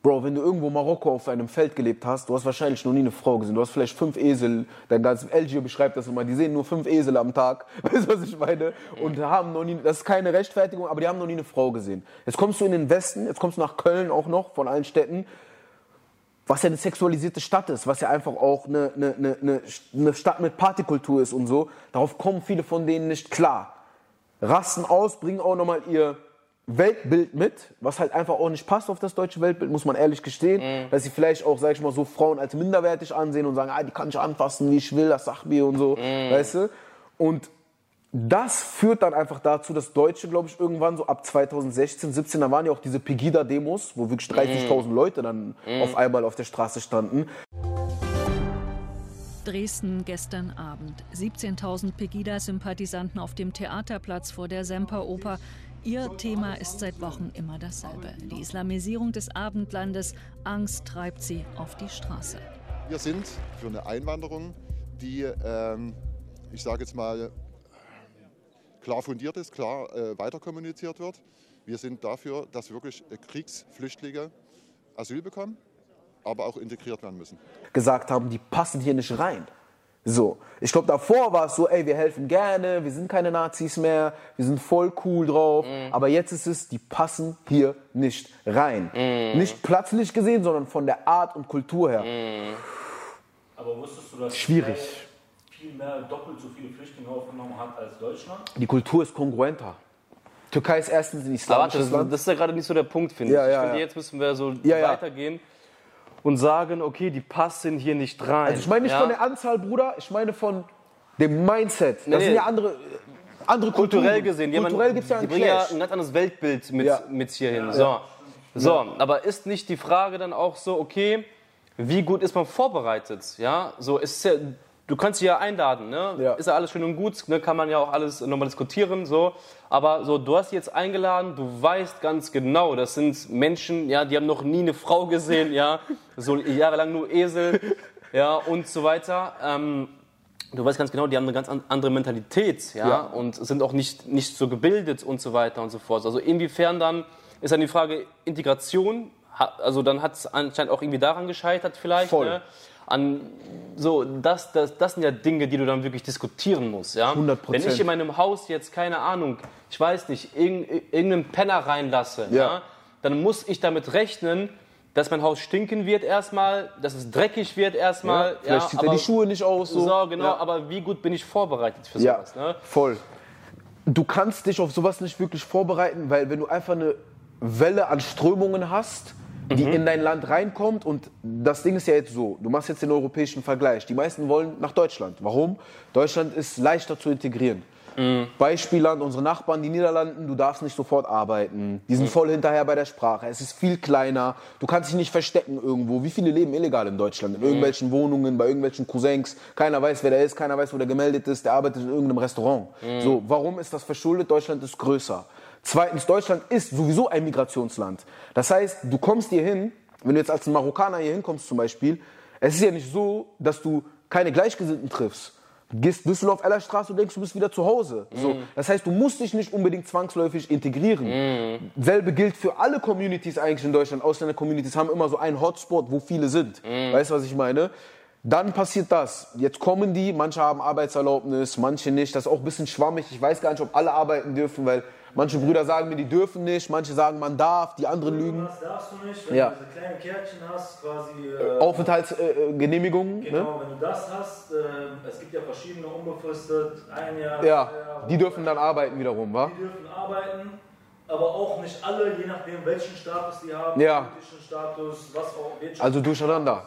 Bro, wenn du irgendwo in Marokko auf einem Feld gelebt hast, du hast wahrscheinlich noch nie eine Frau gesehen. Du hast vielleicht 5 Esel, dein ganzes Algier beschreibt das immer, die sehen nur 5 Esel am Tag, weißt du, was ich meine? Und haben noch nie, das ist keine Rechtfertigung, aber die haben noch nie eine Frau gesehen. Jetzt kommst du in den Westen, jetzt kommst du nach Köln auch noch, von allen Städten, was ja eine sexualisierte Stadt ist, was ja einfach auch eine Stadt mit Partykultur ist und so. Darauf kommen viele von denen nicht klar. Rasten aus, bringen auch nochmal ihr Weltbild mit, was halt einfach auch nicht passt auf das deutsche Weltbild, muss man ehrlich gestehen. Dass sie vielleicht auch, sag ich mal, so Frauen als minderwertig ansehen und sagen, die kann ich anfassen, wie ich will, das sagt mir und so, weißt du? Und das führt dann einfach dazu, dass Deutsche, glaube ich, irgendwann so ab 2016, 17, da waren ja auch diese Pegida-Demos, wo wirklich 30.000 Leute dann auf einmal auf der Straße standen.
Dresden gestern Abend. 17.000 Pegida-Sympathisanten auf dem Theaterplatz vor der Semperoper. Ihr Thema ist seit Wochen immer dasselbe. Die Islamisierung des Abendlandes. Angst treibt sie auf die Straße.
Wir sind für eine Einwanderung, die, ich sage jetzt mal, klar fundiert ist, klar weiter kommuniziert wird. Wir sind dafür, dass wirklich Kriegsflüchtlinge Asyl bekommen, aber auch integriert werden müssen.
Gesagt haben, die passen hier nicht rein. So, ich glaube, davor war es so, ey, wir helfen gerne, wir sind keine Nazis mehr, wir sind voll cool drauf. Aber jetzt ist es, die passen hier nicht rein. Nicht platzlich gesehen, sondern von der Art und Kultur her.
Aber wusstest du, dass
schwierig.
Viel mehr, doppelt so viele Flüchtlinge aufgenommen hat als Deutschland?
Die Kultur ist kongruenter. Türkei ist erstens ein islamisches Land.
Das ist ja gerade nicht so der Punkt, finde ich. Ich finde, jetzt müssen wir so weitergehen und sagen, okay, die passen hier nicht rein.
Also ich meine nicht von der Anzahl, Bruder, ich meine von dem Mindset. Das sind ja andere
kulturell gesehen.
Kulturell gibt es ja einen
Die bringen ja ein ganz anderes Weltbild mit hier hin. So, aber ist nicht die Frage dann auch so, okay, wie gut ist man vorbereitet? Ja, so ist ja, du kannst sie ja einladen, ne? Ist ja alles schön und gut, ne? Kann man ja auch alles nochmal diskutieren, so. Aber so, du hast sie jetzt eingeladen, du weißt ganz genau, das sind Menschen, ja, die haben noch nie eine Frau gesehen, ja, so jahrelang nur Esel, ja, und so weiter. Du weißt ganz genau, die haben eine ganz andere Mentalität, ja, und sind auch nicht so gebildet und so weiter und so fort. Also inwiefern dann ist dann die Frage Integration, also dann hat es anscheinend auch irgendwie daran gescheitert vielleicht,
voll.
Ne? Das sind ja Dinge, die du dann wirklich diskutieren musst. Ja?
100%.
Wenn ich in meinem Haus jetzt, keine Ahnung, ich weiß nicht, irgendeinen Penner reinlasse, ja, dann muss ich damit rechnen, dass mein Haus stinken wird erstmal, dass es dreckig wird erstmal.
Vielleicht zieht er die Schuhe nicht aus.
So, genau, aber wie gut bin ich vorbereitet für sowas? Ne?
Voll. Du kannst dich auf sowas nicht wirklich vorbereiten, weil wenn du einfach eine Welle an Strömungen hast, die in dein Land reinkommt, und das Ding ist ja jetzt so, du machst jetzt den europäischen Vergleich, die meisten wollen nach Deutschland. Warum? Deutschland ist leichter zu integrieren. Beispielland, unsere Nachbarn, die Niederlanden, du darfst nicht sofort arbeiten, die sind voll hinterher bei der Sprache, es ist viel kleiner, du kannst dich nicht verstecken irgendwo. Wie viele leben illegal in Deutschland? In irgendwelchen Wohnungen, bei irgendwelchen Cousins, keiner weiß, wer der ist, keiner weiß, wo der gemeldet ist, der arbeitet in irgendeinem Restaurant. So, warum ist das verschuldet? Deutschland ist größer. Zweitens, Deutschland ist sowieso ein Migrationsland. Das heißt, du kommst hier hin, wenn du jetzt als Marokkaner hier hinkommst zum Beispiel, es ist ja nicht so, dass du keine Gleichgesinnten triffst. Du gehst Düsseldorf-Ellerstraße und denkst, du bist wieder zu Hause. So, das heißt, du musst dich nicht unbedingt zwangsläufig integrieren. Selbe gilt für alle Communities eigentlich in Deutschland. Ausländer-Communities haben immer so einen Hotspot, wo viele sind. Weißt du, was ich meine? Dann passiert das. Jetzt kommen die, manche haben Arbeitserlaubnis, manche nicht. Das ist auch ein bisschen schwammig. Ich weiß gar nicht, ob alle arbeiten dürfen, weil manche Brüder sagen mir, die dürfen nicht, manche sagen, man darf, die anderen lügen.
Das darfst du nicht, wenn du diese kleinen Kärtchen hast, quasi...
Aufenthaltsgenehmigungen.
Genau, ne? Wenn du das hast, es gibt ja verschiedene unbefristet, ein Jahr,
ja,
2 Jahre,
die dürfen dann arbeiten wiederum, wa?
Die dürfen arbeiten, aber auch nicht alle, je nachdem welchen Status die haben, politischen Status, was auch Wirtschaft.
Also durcheinander.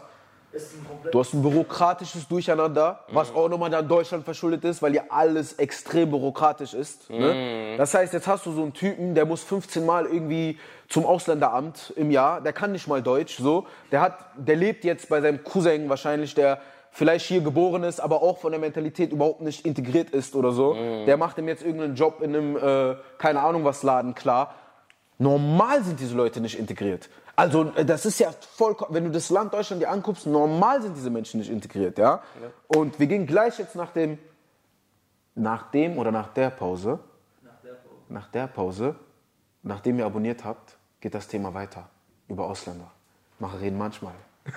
Du hast ein bürokratisches Durcheinander, was auch nochmal dann Deutschland verschuldet ist, weil ja alles extrem bürokratisch ist. Ne? Das heißt, jetzt hast du so einen Typen, der muss 15 Mal irgendwie zum Ausländeramt im Jahr, der kann nicht mal Deutsch, so. Der lebt jetzt bei seinem Cousin wahrscheinlich, der vielleicht hier geboren ist, aber auch von der Mentalität überhaupt nicht integriert ist oder so. Der macht ihm jetzt irgendeinen Job in einem, keine Ahnung was Laden klar. Normal sind diese Leute nicht integriert. Also das ist ja vollkommen, wenn du das Land Deutschland dir anguckst, normal sind diese Menschen nicht integriert, ja? Und wir gehen gleich jetzt nach der Pause, nachdem ihr abonniert habt, geht das Thema weiter über Ausländer. Mache reden manchmal.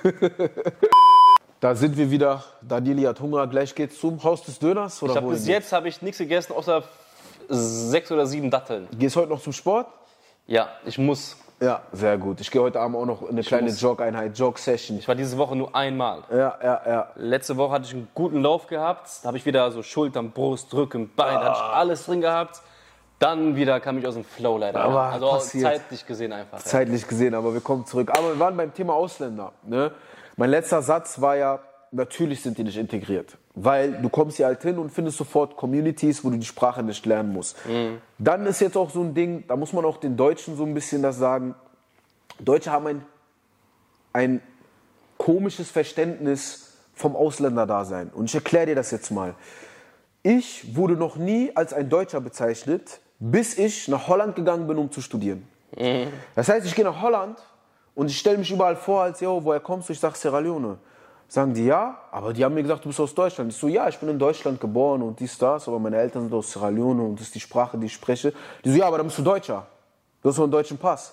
Da sind wir wieder. Danieli hat Hunger. Gleich geht's zum Haus des Döners. Oder
Bis jetzt habe ich nichts gegessen, außer 6 oder 7 Datteln.
Gehst du heute noch zum Sport?
Ja, ich muss.
Ja, sehr gut. Ich gehe heute Abend auch noch eine kleine Jog-Einheit, Jog-Session.
Ich war diese Woche nur einmal.
Ja.
Letzte Woche hatte ich einen guten Lauf gehabt. Da habe ich wieder so Schultern, Brust, Rücken, Bein, hatte ich alles drin gehabt. Dann wieder kam ich aus dem Flow leider.
Aber
also
passiert.
Zeitlich gesehen einfach.
Zeitlich gesehen, aber wir kommen zurück. Aber wir waren beim Thema Ausländer. Ne? Mein letzter Satz war ja, natürlich sind die nicht integriert. Weil du kommst hier halt hin und findest sofort Communities, wo du die Sprache nicht lernen musst. Dann ist jetzt auch so ein Ding, da muss man auch den Deutschen so ein bisschen das sagen. Deutsche haben ein komisches Verständnis vom Ausländerdasein. Und ich erkläre dir das jetzt mal. Ich wurde noch nie als ein Deutscher bezeichnet, bis ich nach Holland gegangen bin, um zu studieren. Das heißt, ich gehe nach Holland und ich stelle mich überall vor als, woher kommst du? Ich sage Sierra Leone. Sagen die, ja, aber die haben mir gesagt, du bist aus Deutschland. Ich so, ja, ich bin in Deutschland geboren und dies, das, aber meine Eltern sind aus Sierra Leone und das ist die Sprache, die ich spreche. Die so, ja, aber dann bist du Deutscher. Du hast doch einen deutschen Pass.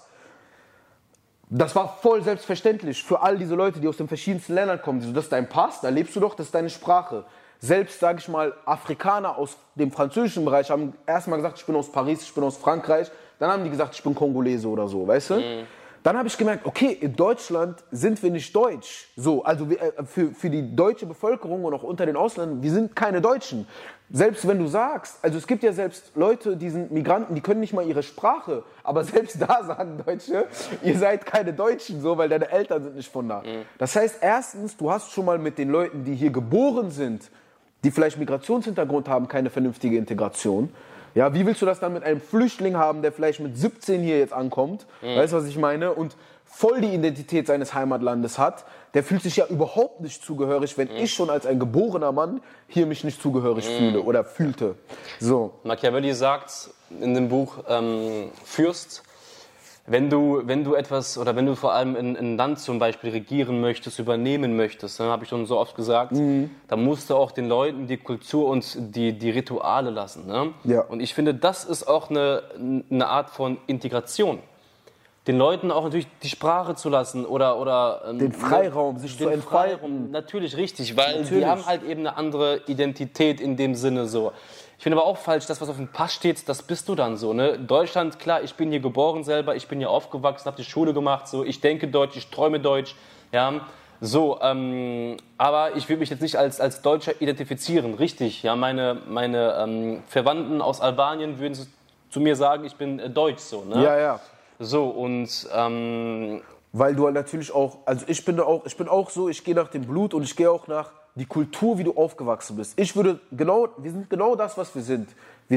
Das war voll selbstverständlich für all diese Leute, die aus den verschiedensten Ländern kommen. Die so, das ist dein Pass, da lebst du doch, das ist deine Sprache. Selbst, sage ich mal, Afrikaner aus dem französischen Bereich haben erstmal gesagt, ich bin aus Paris, ich bin aus Frankreich. Dann haben die gesagt, ich bin Kongolese oder so, weißt du? Dann habe ich gemerkt, okay, in Deutschland sind wir nicht deutsch. So, also für die deutsche Bevölkerung und auch unter den Ausländern, wir sind keine Deutschen. Selbst wenn du sagst, also es gibt ja selbst Leute, die sind Migranten, die können nicht mal ihre Sprache. Aber selbst da sagen Deutsche, ihr seid keine Deutschen, so, weil deine Eltern sind nicht von da. Das heißt, erstens, du hast schon mal mit den Leuten, die hier geboren sind, die vielleicht Migrationshintergrund haben, keine vernünftige Integration. Ja, wie willst du das dann mit einem Flüchtling haben, der vielleicht mit 17 hier jetzt ankommt, weißt du, was ich meine, und voll die Identität seines Heimatlandes hat, der fühlt sich ja überhaupt nicht zugehörig, wenn ich schon als ein geborener Mann hier mich nicht zugehörig fühle oder fühlte. So.
Machiavelli sagt in dem Buch Fürst, wenn du etwas oder wenn du vor allem ein Land zum Beispiel regieren möchtest, übernehmen möchtest, dann habe ich schon so oft gesagt, dann musst du auch den Leuten die Kultur und die Rituale lassen. Ne?
Ja.
Und ich finde, das ist auch eine Art von Integration. Den Leuten auch natürlich die Sprache zu lassen oder
den Freiraum, sich zu entfalten.
Natürlich richtig, weil die haben halt eben eine andere Identität in dem Sinne so. Ich finde aber auch falsch, das, was auf dem Pass steht, das bist du dann so. Ne? Deutschland, klar, ich bin hier geboren selber, ich bin hier aufgewachsen, habe die Schule gemacht, so, ich denke Deutsch, ich träume Deutsch. Ja? So, aber ich will mich jetzt nicht als Deutscher identifizieren, richtig. Ja? Meine Verwandten aus Albanien würden zu mir sagen, ich bin Deutsch. So, ne?
Ja.
So, und
weil du halt natürlich auch, also ich bin auch so, ich gehe nach dem Blut und ich gehe auch nach die Kultur, wie du aufgewachsen bist. Wir sind genau das, was wir sind.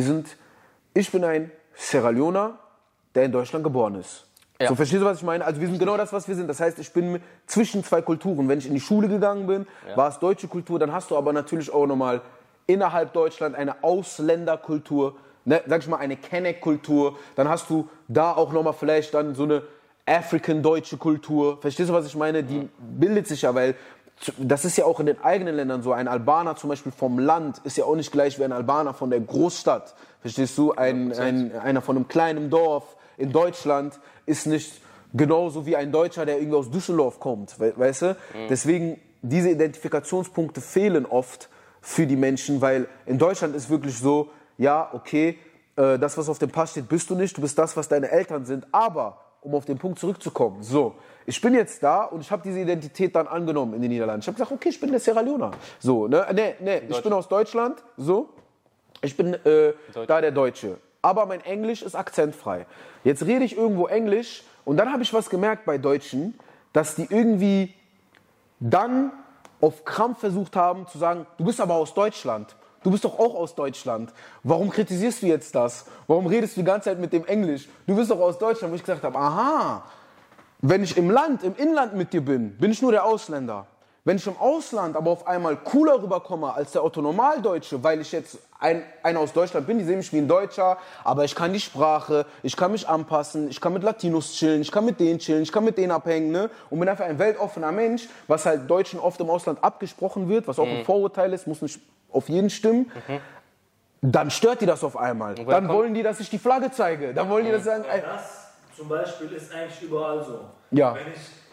Ich bin ein Sierra Leoner, der in Deutschland geboren ist. Ja. So, verstehst du, was ich meine? Also wir sind genau das, was wir sind. Das heißt, ich bin zwischen zwei Kulturen. Wenn ich in die Schule gegangen bin, war es deutsche Kultur, dann hast du aber natürlich auch nochmal innerhalb Deutschland eine Ausländerkultur, ne, sag ich mal eine Kenneck-Kultur. Dann hast du da auch nochmal vielleicht dann so eine African-deutsche Kultur. Verstehst du, was ich meine? Die bildet sich ja, weil das ist ja auch in den eigenen Ländern so. Ein Albaner zum Beispiel vom Land ist ja auch nicht gleich wie ein Albaner von der Großstadt. Verstehst du? Einer von einem kleinen Dorf in Deutschland ist nicht genauso wie ein Deutscher, der irgendwie aus Düsseldorf kommt. Weißt du? Deswegen, diese Identifikationspunkte fehlen oft für die Menschen, weil in Deutschland ist wirklich so, ja, okay, das, was auf dem Pass steht, bist du nicht. Du bist das, was deine Eltern sind. Aber, um auf den Punkt zurückzukommen, so, ich bin jetzt da und ich habe diese Identität dann angenommen in den Niederlanden. Ich habe gesagt, okay, ich bin der Sierra Leoner. So, ne, ich bin aus Deutschland, so, ich bin da der Deutsche. Aber mein Englisch ist akzentfrei. Jetzt rede ich irgendwo Englisch und dann habe ich was gemerkt bei Deutschen, dass die irgendwie dann auf Krampf versucht haben zu sagen, du bist aber aus Deutschland. Du bist doch auch aus Deutschland. Warum kritisierst du jetzt das? Warum redest du die ganze Zeit mit dem Englisch? Du bist doch aus Deutschland. Wo ich gesagt habe, aha, wenn ich im Inland mit dir bin ich nur der Ausländer. Wenn ich im Ausland aber auf einmal cooler rüberkomme als der Otto-Normaldeutsche, weil ich jetzt einer aus Deutschland bin, die sehen mich wie ein Deutscher, aber ich kann die Sprache, ich kann mich anpassen, ich kann mit Latinos chillen, ich kann mit denen chillen, ich kann mit denen abhängen, ne? Und bin einfach ein weltoffener Mensch, was halt Deutschen oft im Ausland abgesprochen wird, was auch ein Vorurteil ist, muss nicht auf jeden stimmen. Dann stört die das auf einmal. Dann wollen die, dass ich die Flagge zeige. Dann wollen die, dass sie sagen,
das zum Beispiel ist eigentlich überall so.
Ja.
Wenn ich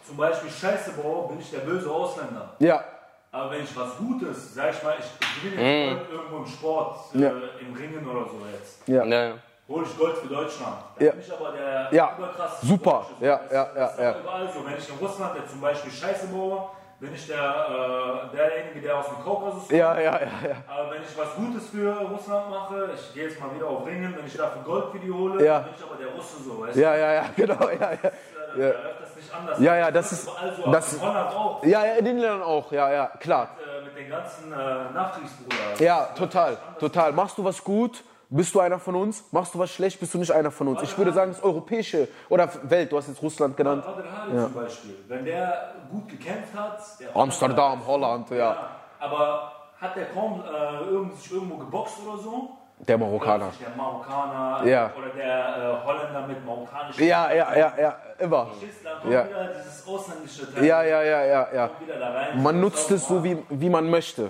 zum Beispiel Scheiße baue, bin ich der böse Ausländer.
Ja.
Aber wenn ich was Gutes, sag ich mal, ich gewinne jetzt Gold irgendwo im Sport, im Ringen oder so jetzt.
Ja.
Hole ich Gold für Deutschland. Dann bin ich aber der überkrasseste
super.
Deutsche.
Ja.
Das ist aber überall so. Wenn ich in Russland jetzt zum Beispiel Scheiße baue, bin ich derjenige, der aus dem Kaukasus kommt.
Ja.
Aber wenn ich was Gutes für Russland mache, ich gehe jetzt mal wieder auf Ringen, wenn ich dafür Gold für die hole, bin ich aber der Russe so, weißt du?
Ja, genau,
Da läuft das nicht anders.
Ja, das ist...
in Holland auch.
Ja, in den Ländern auch, ja, klar.
Mit den ganzen Nachkriegsbrüdern.
Ja, total. Machst du was gut, bist du einer von uns. Machst du was schlecht, bist du nicht einer von uns. Ich würde sagen, das europäische oder Welt, du hast jetzt Russland genannt.
Badr Hari zum Beispiel, wenn der gut gekämpft hat...
Amsterdam, Holland,
aber hat der kaum sich irgendwo geboxt oder so?
Der Marokkaner.
Der Marokkaner oder der Holländer mit marokkanischen...
Ja, immer.
Dann kommt wieder dieses ausländische Teil.
Ja.
Wieder da rein.
Man nutzt es so, wie man möchte.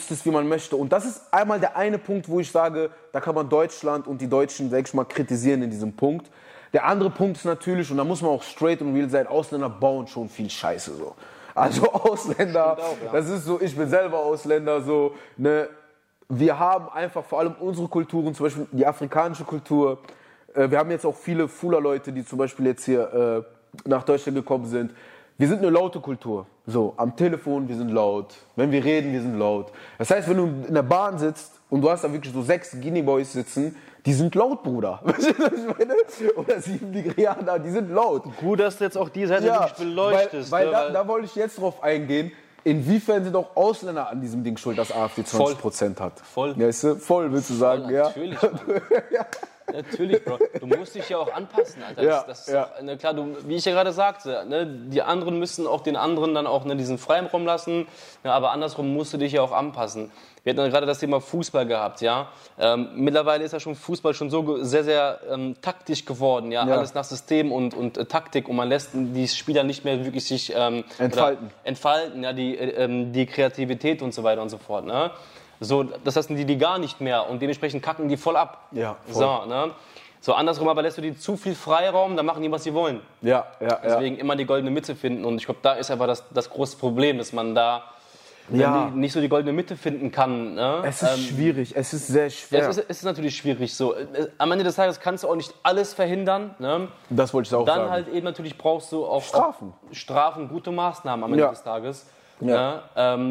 Und das ist einmal der eine Punkt, wo ich sage, da kann man Deutschland und die Deutschen, sag ich mal, kritisieren in diesem Punkt. Der andere Punkt ist natürlich, und da muss man auch straight und real sein, Ausländer bauen schon viel Scheiße so. Also Ausländer, das ist so, ich bin selber Ausländer, so, ne. Wir haben einfach vor allem unsere Kulturen, zum Beispiel die afrikanische Kultur. Wir haben jetzt auch viele Fula-Leute, die zum Beispiel jetzt hier nach Deutschland gekommen sind. Wir sind eine laute Kultur. So, am Telefon, wir sind laut. Wenn wir reden, wir sind laut. Das heißt, wenn du in der Bahn sitzt und du hast da wirklich so 6 Guinea-Boys sitzen, die sind laut, Bruder. Weißt du, was ich meine? Oder 7 Nigerianer, die sind laut.
Gut, dass du jetzt auch die Seite wirklich beleuchtest.
Weil da wollte ich jetzt drauf eingehen. Inwiefern sind auch Ausländer an diesem Ding schuld, dass AfD 20% hat?
Voll.
Weißt du? Voll, willst du sagen,
natürlich, ja. Natürlich, Bro. Du musst dich ja auch anpassen, Alter. Das ist doch, klar, wie ich ja gerade sagte, ne, die anderen müssen auch den anderen dann auch diesen freien Raum lassen, aber andersrum musst du dich ja auch anpassen. Wir hatten ja gerade das Thema Fußball gehabt, ja. Mittlerweile ist ja schon Fußball schon so sehr, sehr taktisch geworden, ja. Alles nach System und Taktik und man lässt die Spieler nicht mehr wirklich sich entfalten, ja, die Kreativität und so weiter und so fort, ne. So, das lassen die gar nicht mehr und dementsprechend kacken die voll ab.
Ja, voll.
So, ne. So, andersrum aber lässt du die zu viel Freiraum, dann machen die, was sie wollen.
Ja.
Deswegen immer die goldene Mitte finden und ich glaube, da ist einfach das große Problem, dass man da nicht so die goldene Mitte finden kann. Ne?
Es ist schwierig, es ist sehr schwer.
Es ist natürlich schwierig so. Am Ende des Tages kannst du auch nicht alles verhindern. Ne?
Das wollte ich auch sagen.
Dann halt eben natürlich brauchst du auch Strafen, gute Maßnahmen am Ende des Tages.
Ja.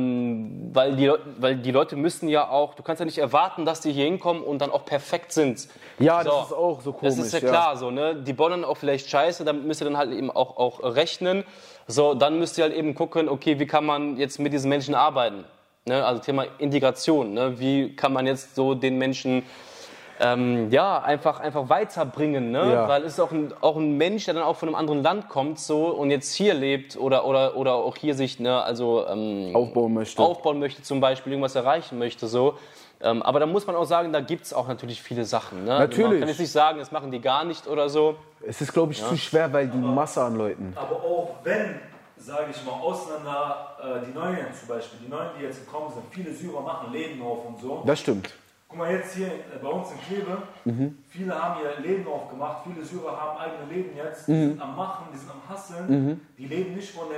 Weil die Leute müssen ja auch, du kannst ja nicht erwarten, dass die hier hinkommen und dann auch perfekt sind.
Ja, das ist auch so komisch.
Das ist ja klar so, ne? Die bauen dann auch vielleicht Scheiße, damit müsst ihr dann halt eben auch rechnen. So, dann müsst ihr halt eben gucken, okay, wie kann man jetzt mit diesen Menschen arbeiten? Ne? Also Thema Integration, ne? Wie kann man jetzt so den Menschen einfach weiterbringen, ne?
Ja.
Weil es ist auch ein Mensch, der dann auch von einem anderen Land kommt so und jetzt hier lebt oder auch hier sich
aufbauen möchte
zum Beispiel, irgendwas erreichen möchte so. Aber da muss man auch sagen, da gibt es auch natürlich viele Sachen. Ne?
Natürlich.
Man kann jetzt nicht sagen, das machen die gar nicht oder so.
Es ist, glaube ich, zu schwer, weil die Masse an Leuten.
Aber auch wenn, sage ich mal, Ausländer, die Neuen zum Beispiel, die jetzt gekommen sind, viele Syrer machen Läden auf und so.
Das stimmt.
Guck mal jetzt hier bei uns in Kleve, viele haben hier Läden aufgemacht, viele Syrer haben eigene Läden jetzt, die sind am Machen, die sind am Hasseln, die leben nicht von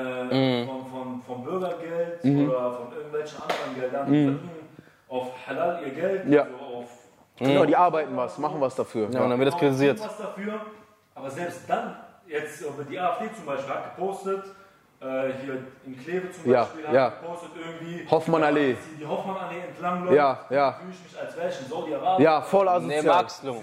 vom Bürgergeld oder von irgendwelchen anderen Geldern, die verdienen auf Halal ihr Geld,
Genau, die arbeiten machen was dafür.
Ja, und dann wird das kritisiert.
Was dafür, aber selbst dann, jetzt die AfD zum Beispiel hat gepostet, hier in Kleve zum Beispiel hat gepostet irgendwie
Hoffmann-Allee.
Die Hoffmann-Allee entlang läuft, fühle ich mich als wäre ich in Saudi-Arabien.
Ja, voll asozial.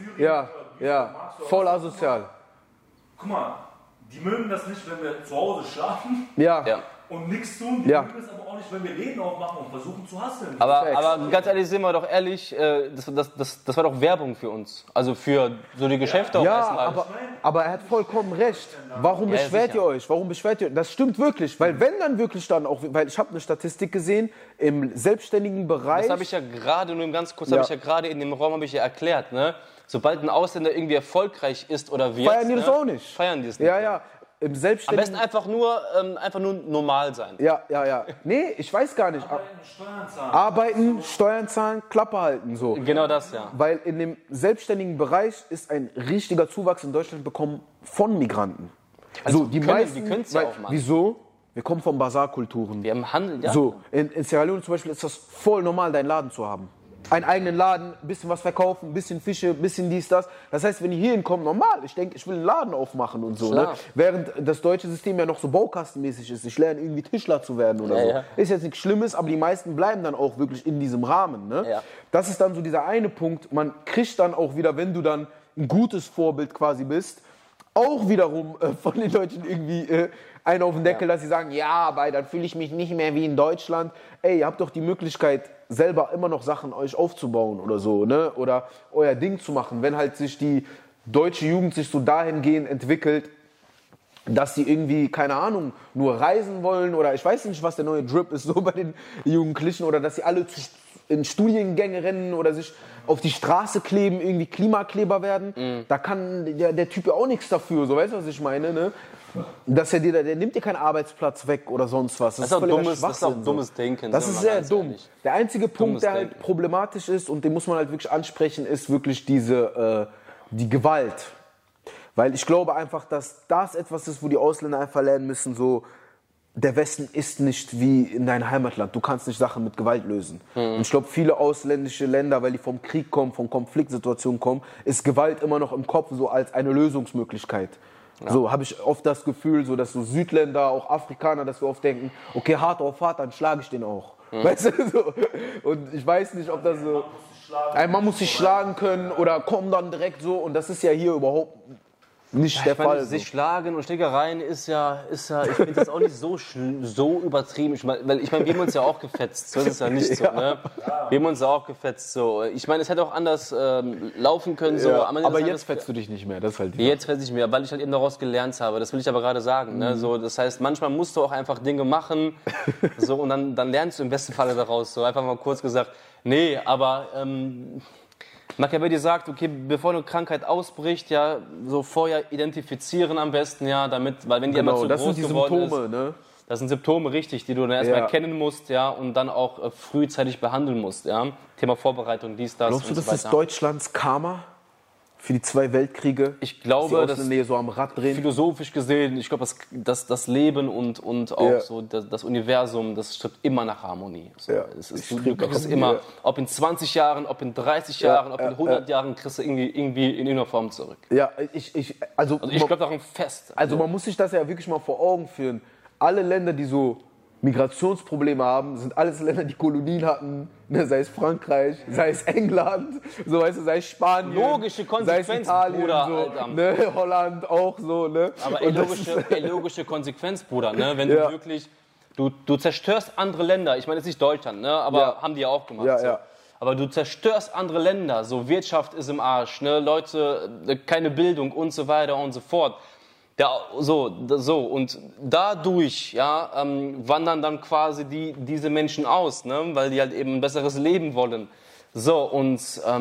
Voll asozial.
Guck mal, die mögen das nicht, wenn wir zu Hause schlafen und nichts tun. Die mögen das aber auch nicht, wenn wir Läden aufmachen und versuchen zu hustlen.
Aber ganz ehrlich, sind wir doch ehrlich, das war doch Werbung für uns. Also für so die Geschäfte auch erstmal.
Aber er hat vollkommen recht. Warum beschwert ihr euch? Das stimmt wirklich. Weil wenn dann wirklich dann auch, weil ich habe eine Statistik gesehen, im selbstständigen Bereich.
Das habe ich ja gerade, nur ganz kurz, in dem Raum erklärt, ne? Sobald ein Ausländer irgendwie erfolgreich ist oder wird,
feiern die das auch nicht.
Feiern die es nicht.
Ja. Im Selbstständigen...
Am besten einfach nur normal sein.
Ja. Nee, ich weiß gar nicht. Arbeiten, Steuern zahlen, Klappe halten, so.
Genau das, ja.
Weil in dem selbstständigen Bereich ist ein richtiger Zuwachs in Deutschland bekommen von Migranten. Also die meisten,
die können's ja auch machen.
Wieso? Wir kommen von Basarkulturen.
Wir haben Handel, ja.
So, in Sierra Leone zum Beispiel ist das voll normal, deinen Laden zu haben. Einen eigenen Laden, ein bisschen was verkaufen, ein bisschen Fische, ein bisschen dies, das. Das heißt, wenn die hier hinkommen, normal, ich denke, ich will einen Laden aufmachen und so. Ne? Während das deutsche System ja noch so baukastenmäßig ist. Ich lerne irgendwie Tischler zu werden oder so. Ja. Ist jetzt nichts Schlimmes, aber die meisten bleiben dann auch wirklich in diesem Rahmen. Ne? Ja. Das ist dann so dieser eine Punkt. Man kriegt dann auch wieder, wenn du dann ein gutes Vorbild quasi bist, auch wiederum von den Deutschen irgendwie einen auf den Deckel, dass sie sagen, ja, aber dann fühle ich mich nicht mehr wie in Deutschland. Ey, ihr habt doch die Möglichkeit, selber immer noch Sachen euch aufzubauen oder so, ne? Oder euer Ding zu machen. Wenn halt sich die deutsche Jugend sich so dahingehend entwickelt, dass sie irgendwie, keine Ahnung, nur reisen wollen oder ich weiß nicht, was der neue Drip ist, so bei den Jugendlichen, oder dass sie alle in Studiengänge rennen oder sich auf die Straße kleben, irgendwie Klimakleber werden, da kann der Typ ja auch nichts dafür, so, weißt du, was ich meine, ne? Dass der nimmt dir keinen Arbeitsplatz weg oder sonst was.
Das ist auch dummes Denken.
Das ist sehr dumm. Der einzige Punkt, der halt problematisch ist und den muss man halt wirklich ansprechen, ist wirklich die Gewalt. Weil ich glaube einfach, dass das etwas ist, wo die Ausländer einfach lernen müssen, so, der Westen ist nicht wie in deinem Heimatland. Du kannst nicht Sachen mit Gewalt lösen. Und ich glaube, viele ausländische Länder, weil die vom Krieg kommen, von Konfliktsituationen kommen, ist Gewalt immer noch im Kopf so als eine Lösungsmöglichkeit. Ja. So habe ich oft das Gefühl, so, dass so Südländer, auch Afrikaner, dass wir oft denken, okay, hart auf hart, dann schlage ich den auch. Weißt du, so. Und ich weiß nicht, ob das so... Man muss sich schlagen können oder kommen dann direkt so, und das ist ja hier überhaupt nicht der Fall.
Sich schlagen und Schlägereien ist ja, ich finde das auch nicht so übertrieben. Weil ich meine, wir haben uns ja auch gefetzt, so ist es ja nicht so. Ne? Wir haben uns ja auch gefetzt. So. Ich meine, es hätte auch anders laufen können. So.
Aber jetzt fetzt du dich nicht mehr, das ist halt die Sache.
Jetzt fetze ich mehr, weil ich halt eben daraus gelernt habe. Das will ich aber gerade sagen. Ne? So, das heißt, manchmal musst du auch einfach Dinge machen so, und dann lernst du im besten Falle daraus. So. Einfach mal kurz gesagt, nee, aber... Machiavelli sagt, okay, bevor eine Krankheit ausbricht, ja, so vorher identifizieren am besten, ja, damit, weil wenn die einmal zu groß geworden ist, ne? Das sind Symptome, richtig, die du dann erstmal erkennen musst, ja, und dann auch frühzeitig behandeln musst, ja. Thema Vorbereitung, dies, das.
Glaubst du, das ist Deutschlands Karma für die 2 Weltkriege?
Ich glaube,
dass die so am Rad drehen.
Philosophisch gesehen, ich glaube, das Leben und auch so das Universum, das strebt immer nach Harmonie. So. Du kriegst immer, ob in 20 Jahren, ob in 30 Jahren, ob in 100 Jahren, kriegst du irgendwie in irgendeiner Form zurück.
Ja, also
ich glaube daran fest.
Also man muss sich das ja wirklich mal vor Augen führen. Alle Länder, die so Migrationsprobleme haben, sind alles Länder, die Kolonien hatten, ne, sei es Frankreich, sei es England, so, weißt du, sei es Spanien,
logische Konsequenz,
sei es Italien,
Bruder,
so, ne, Holland auch so, ne.
Aber logische Konsequenz, Bruder, ne, wenn du wirklich, du zerstörst andere Länder, ich meine jetzt nicht Deutschland, ne, aber haben die ja auch gemacht. So. Aber du zerstörst andere Länder, so Wirtschaft ist im Arsch, ne, Leute, keine Bildung und so weiter und so fort. Ja, so und dadurch wandern dann quasi diese Menschen aus, ne, weil die halt eben ein besseres Leben wollen. So, und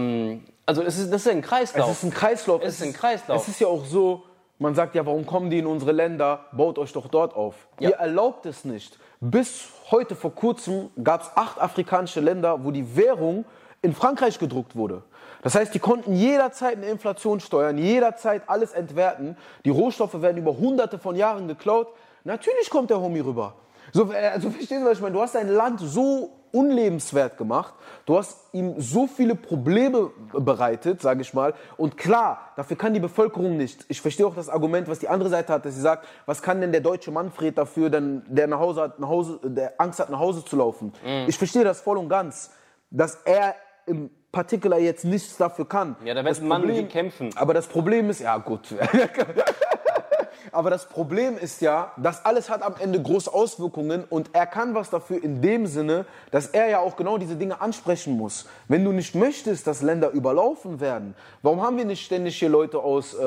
also das ist ein Kreislauf.
Es ist ein Kreislauf. Es ist ja auch so, man sagt ja, warum kommen die in unsere Länder? Baut euch doch dort auf. Ja. Ihr erlaubt es nicht. Bis heute vor kurzem gab es 8 afrikanische Länder, wo die Währung in Frankreich gedruckt wurde. Das heißt, die konnten jederzeit eine Inflation steuern, jederzeit alles entwerten. Die Rohstoffe werden über Hunderte von Jahren geklaut. Natürlich kommt der Homie rüber. So, also verstehst du, was ich meine? Du hast dein Land so unlebenswert gemacht. Du hast ihm so viele Probleme bereitet, sage ich mal. Und klar, dafür kann die Bevölkerung nicht. Ich verstehe auch das Argument, was die andere Seite hat, dass sie sagt, was kann denn der deutsche Manfred dafür, denn der der Angst hat, nach Hause zu laufen. Ich verstehe das voll und ganz, dass er im Particular jetzt nichts dafür kann.
Ja, da werden Mann kämpfen.
Aber das Problem ist, ja gut. Aber das Problem ist ja, das alles hat am Ende große Auswirkungen und er kann was dafür in dem Sinne, dass er ja auch genau diese Dinge ansprechen muss. Wenn du nicht möchtest, dass Länder überlaufen werden, warum haben wir nicht ständig hier Leute aus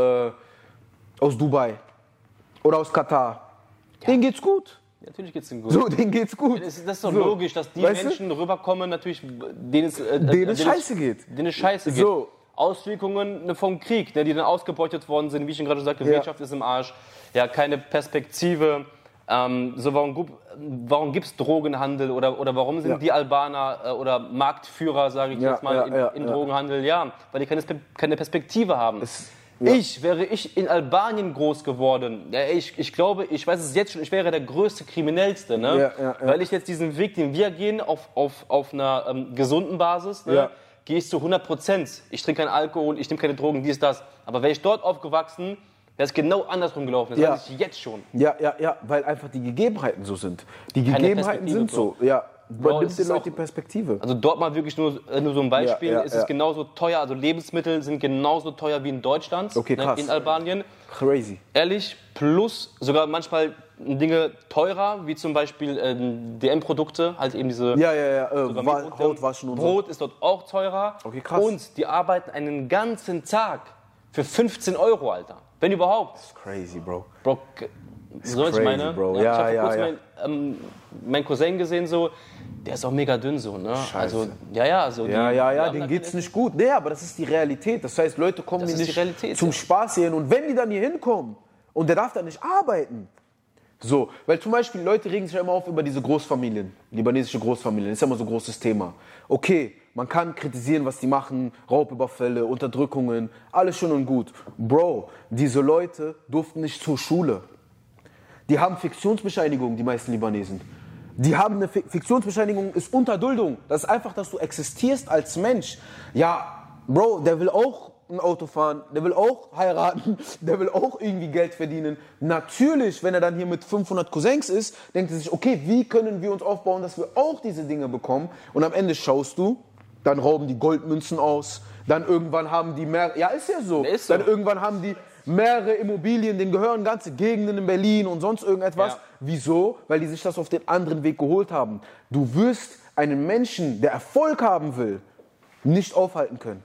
Dubai oder aus Katar? Ja. Denen geht's gut.
Natürlich geht's denen gut.
So, denen geht's gut.
Das ist doch logisch, dass die Menschen rüberkommen, natürlich, denen es
scheiße geht.
So. Auswirkungen vom Krieg, die dann ausgebeutet worden sind, wie ich schon gerade sagte, Wirtschaft ist im Arsch, ja, keine Perspektive. So, warum gibt es Drogenhandel oder warum sind die Albaner oder Marktführer, sage ich jetzt mal, in Drogenhandel? Ja, weil die keine Perspektive haben. Wäre ich in Albanien groß geworden, ja, ich glaube, ich weiß es jetzt schon, ich wäre der größte Kriminellste, ne? Weil ich jetzt diesen Weg, den wir gehen, auf einer gesunden Basis, ne, gehe ich zu 100%. Ich trinke keinen Alkohol, ich nehme keine Drogen, dies, das. Aber wäre ich dort aufgewachsen, wäre es genau andersrum gelaufen. Das weiß ich jetzt schon.
Ja, weil einfach die Gegebenheiten so sind. Die Gegebenheiten sind so, Man nimmt den Leuten die Perspektive.
Also dort mal wirklich nur so ein Beispiel. Es ist genauso teuer, also Lebensmittel sind genauso teuer wie in Deutschland, in Albanien.
Crazy.
Ehrlich, plus sogar manchmal Dinge teurer, wie zum Beispiel DM-Produkte, halt eben diese
Hautwaschen und so.
Brot ist dort auch teurer.
Okay, krass.
Und die arbeiten einen ganzen Tag für 15 €, Alter. Wenn überhaupt.
Das ist crazy, Bro.
Bro, so was ich meine.
Bro.
Ich habe kurz meinen Cousin gesehen, so, der ist auch mega dünn, so, ne?
Scheiße.
Also,
denen geht's nicht gut. Nee, aber das ist die Realität. Das heißt, Leute kommen nicht zum Spaß hierhin. Und wenn die dann hier hinkommen und der darf dann nicht arbeiten, so, weil zum Beispiel Leute regen sich ja immer auf über diese Großfamilien, libanesische Großfamilien, das ist ja immer so ein großes Thema. Okay, man kann kritisieren, was die machen, Raubüberfälle, Unterdrückungen, alles schön und gut. Bro, diese Leute durften nicht zur Schule. Die haben Fiktionsbescheinigung, die meisten Libanesen. Die haben eine Fiktionsbescheinigung, ist Unterduldung. Das ist einfach, dass du existierst als Mensch. Ja, Bro, der will auch ein Auto fahren, der will auch heiraten, der will auch irgendwie Geld verdienen. Natürlich, wenn er dann hier mit 500 Cousins ist, denkt er sich, okay, wie können wir uns aufbauen, dass wir auch diese Dinge bekommen? Und am Ende schaust du, dann rauben die Goldmünzen aus, dann irgendwann haben die mehr, ja ist ja so, dann irgendwann haben die mehrere Immobilien, denen gehören ganze Gegenden in Berlin und sonst irgendetwas. Ja. Wieso? Weil die sich das auf den anderen Weg geholt haben. Du wirst einen Menschen, der Erfolg haben will, nicht aufhalten können.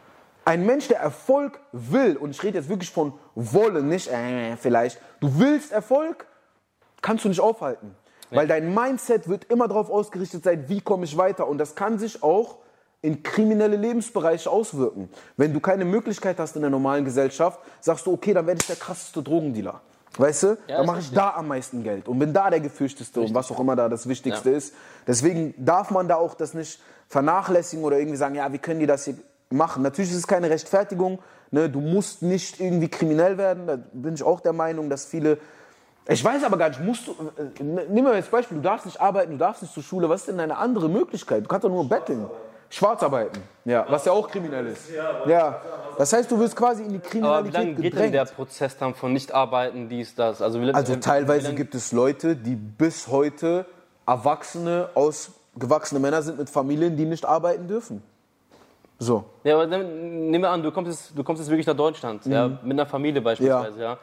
Ein Mensch, der Erfolg will, und ich rede jetzt wirklich von wollen, nicht vielleicht, du willst Erfolg, kannst du nicht aufhalten. Ja. Weil dein Mindset wird immer darauf ausgerichtet sein, wie komme ich weiter. Und das kann sich auch in kriminelle Lebensbereiche auswirken. Wenn du keine Möglichkeit hast in der normalen Gesellschaft, sagst du, okay, dann werde ich der krasseste Drogendealer. Weißt du? Ja, dann mache ich da am meisten Geld und bin da der gefürchteste und was auch immer da das Wichtigste ist. Deswegen darf man da auch das nicht vernachlässigen oder irgendwie sagen, ja, wie können die das hier machen? Natürlich ist es keine Rechtfertigung. Ne? Du musst nicht irgendwie kriminell werden. Da bin ich auch der Meinung, dass viele... Ich weiß aber gar nicht, musst du... Nimm mal als Beispiel, du darfst nicht arbeiten, du darfst nicht zur Schule. Was ist denn eine andere Möglichkeit? Du kannst doch nur betteln. Schwarzarbeiten, ja, was ja auch kriminell ist. Ja, das heißt, du wirst quasi in die Kriminalität
gedrängt. Aber wie lange geht denn der Prozess dann von Nicht-Arbeiten, dies, das? Also
teilweise gibt es Leute, die bis heute ausgewachsene Männer sind mit Familien, die nicht arbeiten dürfen. So.
Ja, aber dann, nehmen wir an, du kommst jetzt wirklich nach Deutschland, ja, mit einer Familie beispielsweise, ja.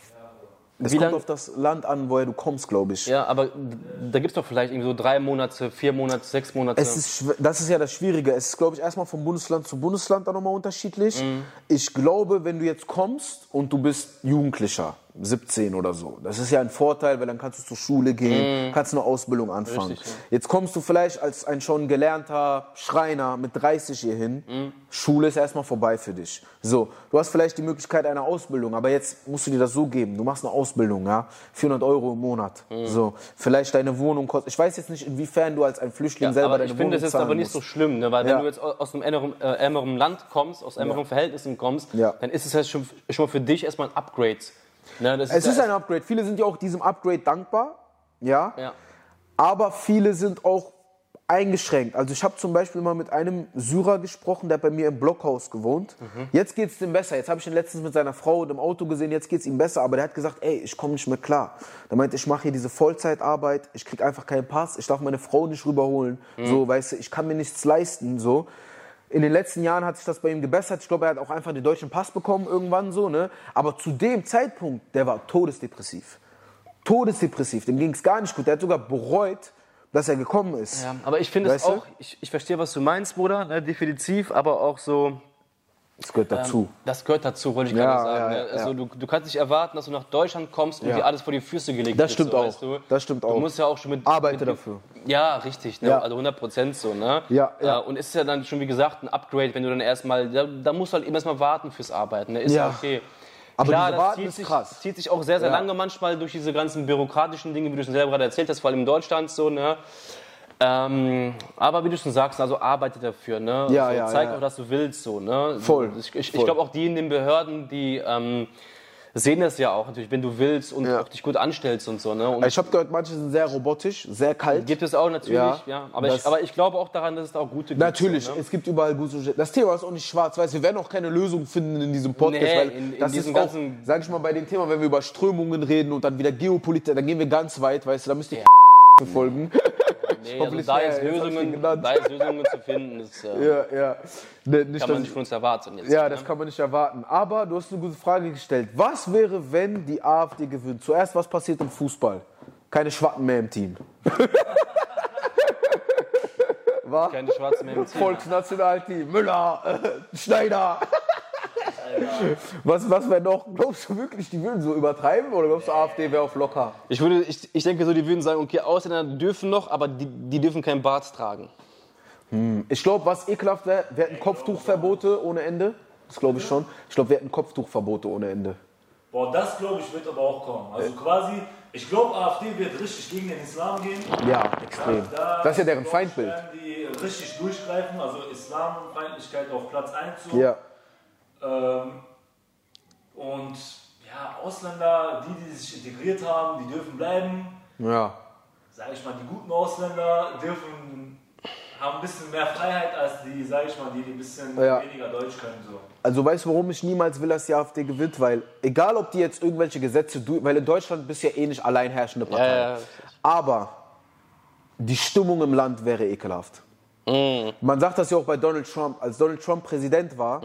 Es kommt auf das Land an, woher du kommst, glaube ich.
Ja, aber da gibt es doch vielleicht irgendwie so 3 Monate, 4 Monate, 6 Monate.
Das ist ja das Schwierige. Es ist, glaube ich, erstmal von Bundesland zu Bundesland dann nochmal unterschiedlich. Ich glaube, wenn du jetzt kommst und du bist Jugendlicher, 17 oder so, das ist ja ein Vorteil, weil dann kannst du zur Schule gehen, kannst eine Ausbildung anfangen. Richtig, ja. Jetzt kommst du vielleicht als ein schon gelernter Schreiner mit 30 hier hin. Schule ist erstmal vorbei für dich. So, du hast vielleicht die Möglichkeit einer Ausbildung, aber jetzt musst du dir das so geben. Du machst eine Ausbildung, ja, 400 € im Monat. So, vielleicht deine Wohnung kostet. Ich weiß jetzt nicht, inwiefern du als ein Flüchtling selber deine Wohnung zahlen musst.
Ich finde das jetzt aber nicht so schlimm, ne? Weil wenn du jetzt aus einem ärmeren Land kommst, aus ärmeren Verhältnissen kommst, dann ist es ja schon mal für dich erstmal ein Upgrade. Ne, es ist ein
Upgrade. Viele sind ja auch diesem Upgrade dankbar, ja. Aber viele sind auch eingeschränkt. Also ich habe zum Beispiel mal mit einem Syrer gesprochen, der hat bei mir im Blockhaus gewohnt. Jetzt geht es ihm besser. Jetzt habe ich ihn letztens mit seiner Frau im Auto gesehen, jetzt geht es ihm besser. Aber der hat gesagt, ey, ich komme nicht mehr klar. Der meinte, ich mache hier diese Vollzeitarbeit, ich kriege einfach keinen Pass, ich darf meine Frau nicht rüberholen. So, weißt du, ich kann mir nichts leisten, so. In den letzten Jahren hat sich das bei ihm gebessert. Ich glaube, er hat auch einfach den deutschen Pass bekommen irgendwann so, ne? Aber zu dem Zeitpunkt, der war todesdepressiv. Todesdepressiv, dem ging es gar nicht gut. Der hat sogar bereut, dass er gekommen ist.
Ja, aber ich finde es auch, ich verstehe, was du meinst, Bruder, ne, definitiv, aber auch so...
Das gehört dazu.
Das gehört dazu, wollte ich gerade sagen. Ja, also du kannst nicht erwarten, dass du nach Deutschland kommst und dir alles vor die Füße gelegt
wird. Stimmt
so,
auch.
Weißt du?
Das stimmt auch.
Du musst ja auch schon
Arbeite dafür.
Ja, richtig. Ne? Also 100% so. Ne? Und es ist ja dann schon, wie gesagt, ein Upgrade, wenn du dann erstmal... Da musst du halt eben erstmal warten fürs Arbeiten. Ne? Ist ja okay.
Aber
klar,
das
zieht sich auch sehr, sehr lange manchmal durch diese ganzen bürokratischen Dinge, wie du schon selber gerade erzählt hast, vor allem in Deutschland so, ne? Aber wie du schon sagst, also arbeite dafür, ne?
Ja,
zeig auch, dass du willst, so, ne?
Voll.
Ich glaube auch die in den Behörden, die sehen das ja auch natürlich, wenn du willst und auch dich gut anstellst und so, ne? Und
ich habe gehört, manche sind sehr robotisch, sehr kalt.
Gibt es auch natürlich, ja. Aber ich glaube auch daran, dass es auch gute gibt.
Natürlich,
so, ne?
es gibt überall gute. Das Thema ist auch nicht schwarz-weiß. Wir werden auch keine Lösung finden in diesem Podcast, weil das ist auch, sag ich mal, bei dem Thema, wenn wir über Strömungen reden und dann wieder Geopolitik, dann gehen wir ganz weit, weißt du, da müsst ihr verfolgen.
Nee, also da jetzt Lösungen zu finden, ist,
nicht,
kann man nicht von uns erwarten. Jetzt,
ja, das kann man nicht erwarten. Aber du hast eine gute Frage gestellt. Was wäre, wenn die AfD gewinnt? Zuerst, was passiert im Fußball? Keine Schwatten mehr im Team.
Keine Schwarzen mehr im Team.
Volksnationalteam, Müller, Schneider. Was wäre noch? Glaubst du wirklich, die würden so übertreiben oder glaubst du, AfD wäre auf locker?
Ich denke so, die würden sagen, okay, Ausländer dürfen noch, aber die dürfen kein Bart tragen.
Ich glaube, was ekelhaft wäre, wir hätten Kopftuchverbote ohne Ende. Das glaube ich schon. Ich glaube, wir hätten Kopftuchverbote ohne Ende.
Boah, das glaube ich wird aber auch kommen. Also quasi, ich glaube, AfD wird richtig gegen den Islam gehen.
Ja, extrem. Das ist ja deren Feindbild.
Werden die richtig durchgreifen, also Islamfeindlichkeit auf Platz 1 so.
Ja.
Und ja, Ausländer, die sich integriert haben, die dürfen bleiben.
Ja.
Sag ich mal, die guten Ausländer haben ein bisschen mehr Freiheit als die, sag ich mal, die ein bisschen weniger Deutsch können. So.
Also weißt du, warum ich niemals will, dass die AfD gewinnt? Weil egal, ob die jetzt irgendwelche Gesetze weil in Deutschland bist du ja eh nicht alleinherrschende Partei. Ja. Aber die Stimmung im Land wäre ekelhaft. Man sagt das ja auch bei Donald Trump. Als Donald Trump Präsident war,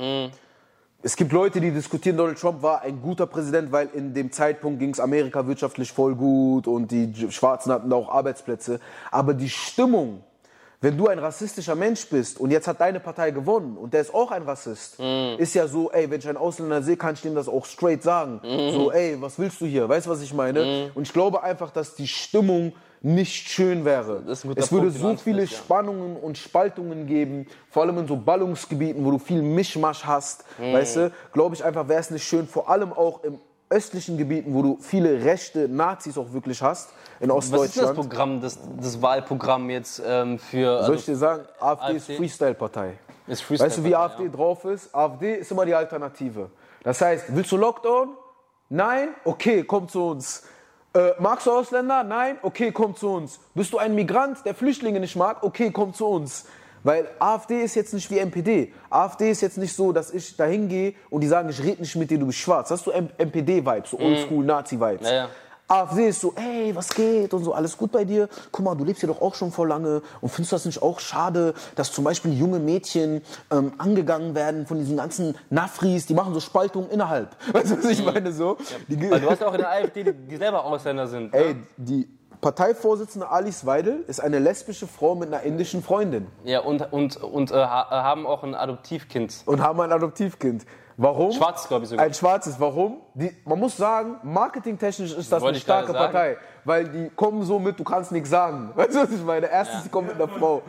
es gibt Leute, die diskutieren, Donald Trump war ein guter Präsident, weil in dem Zeitpunkt ging es Amerika wirtschaftlich voll gut und die Schwarzen hatten da auch Arbeitsplätze. Aber die Stimmung, wenn du ein rassistischer Mensch bist und jetzt hat deine Partei gewonnen und der ist auch ein Rassist, ist ja so, ey, wenn ich einen Ausländer sehe, kann ich dem das auch straight sagen. So, ey, was willst du hier? Weißt du, was ich meine? Und ich glaube einfach, dass die Stimmung nicht schön wäre. Es würde so viele Spannungen und Spaltungen geben, vor allem in so Ballungsgebieten, wo du viel Mischmasch hast, weißt du, glaube ich einfach, wäre es nicht schön, vor allem auch im östlichen Gebieten, wo du viele rechte Nazis auch wirklich hast, in Ostdeutschland.
Was ist das Programm, das Wahlprogramm jetzt für...
Soll ich dir sagen, AfD ist Freestyle-Partei. Weißt du, wie AfD drauf ist? AfD ist immer die Alternative. Das heißt, willst du Lockdown? Nein? Okay, komm zu uns. Magst du Ausländer? Nein? Okay, komm zu uns. Bist du ein Migrant, der Flüchtlinge nicht mag? Okay, komm zu uns. Weil AfD ist jetzt nicht wie NPD. AfD ist jetzt nicht so, dass ich da hingehe und die sagen, ich rede nicht mit dir, du bist schwarz. Das ist so NPD-Vibes, so Oldschool-Nazi-Vibes. Ja. AfD ist so, ey, was geht und so, alles gut bei dir? Guck mal, du lebst hier doch auch schon vor lange und findest du das nicht auch schade, dass zum Beispiel junge Mädchen angegangen werden von diesen ganzen Nafris, die machen so Spaltungen innerhalb. Weißt du, was ich meine? So?
Ja. Weil du hast ja auch in der AfD, die selber Ausländer sind.
Ey, die Parteivorsitzende Alice Weidel ist eine lesbische Frau mit einer indischen Freundin.
Ja, und haben auch ein Adoptivkind.
Und haben ein Adoptivkind. Warum?
Schwarz, glaube ich sogar.
Ein schwarzes. Warum? Man muss sagen, marketingtechnisch ist das eine starke Partei. Weil die kommen so mit, du kannst nichts sagen. Weißt du, was ich meine? Erstens, die kommen mit einer Frau.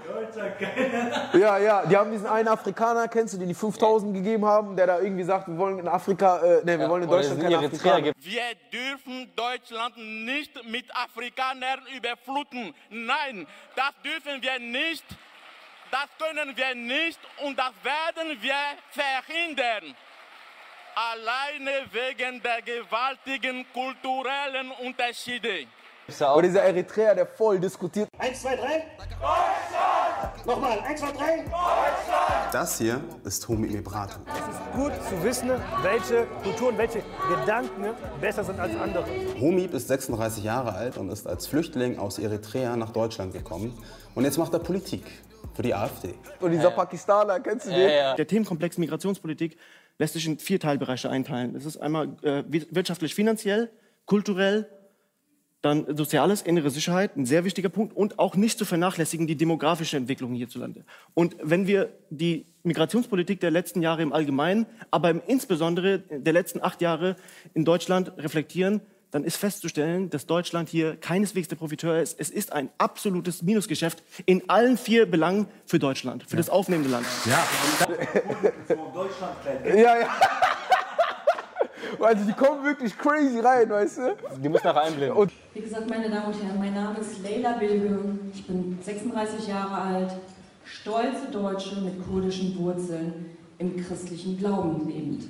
Ja, die haben diesen einen Afrikaner, kennst du, den die 5.000 gegeben haben, der da irgendwie sagt, wir wollen in Afrika, wir wollen in Deutschland keine Afrikaner.
Wir dürfen Deutschland nicht mit Afrikanern überfluten. Nein, das dürfen wir nicht. Das können wir nicht und das werden wir verhindern. Alleine wegen der gewaltigen kulturellen Unterschiede.
Und dieser Eritreer, der voll diskutiert.
1, 2, 3. Deutschland! Nochmal, 1, 2, 3. Deutschland!
Das hier ist Homi Mebrahtu.
Es ist gut zu wissen, welche Kulturen, welche Gedanken besser sind als andere.
Homib ist 36 Jahre alt und ist als Flüchtling aus Eritrea nach Deutschland gekommen. Und jetzt macht er Politik für die AfD.
Und dieser Pakistaner, kennst du den?
Der Themenkomplex Migrationspolitik lässt sich in 4 Teilbereiche einteilen. Das ist einmal wirtschaftlich-finanziell, kulturell, dann Soziales, innere Sicherheit, ein sehr wichtiger Punkt und auch nicht zu vernachlässigen die demografische Entwicklung hierzulande. Und wenn wir die Migrationspolitik der letzten Jahre im Allgemeinen, aber insbesondere der letzten 8 Jahre in Deutschland reflektieren, dann ist festzustellen, dass Deutschland hier keineswegs der Profiteur ist. Es ist ein absolutes Minusgeschäft in allen 4 Belangen für Deutschland, für das aufnehmende Land.
Ja. Also die kommen wirklich crazy rein, weißt du?
Die muss nachher einblenden. Und
wie gesagt, meine Damen und Herren, mein Name ist Leyla Bilgün. Ich bin 36 Jahre alt, stolze Deutsche mit kurdischen Wurzeln, im christlichen Glauben lebend.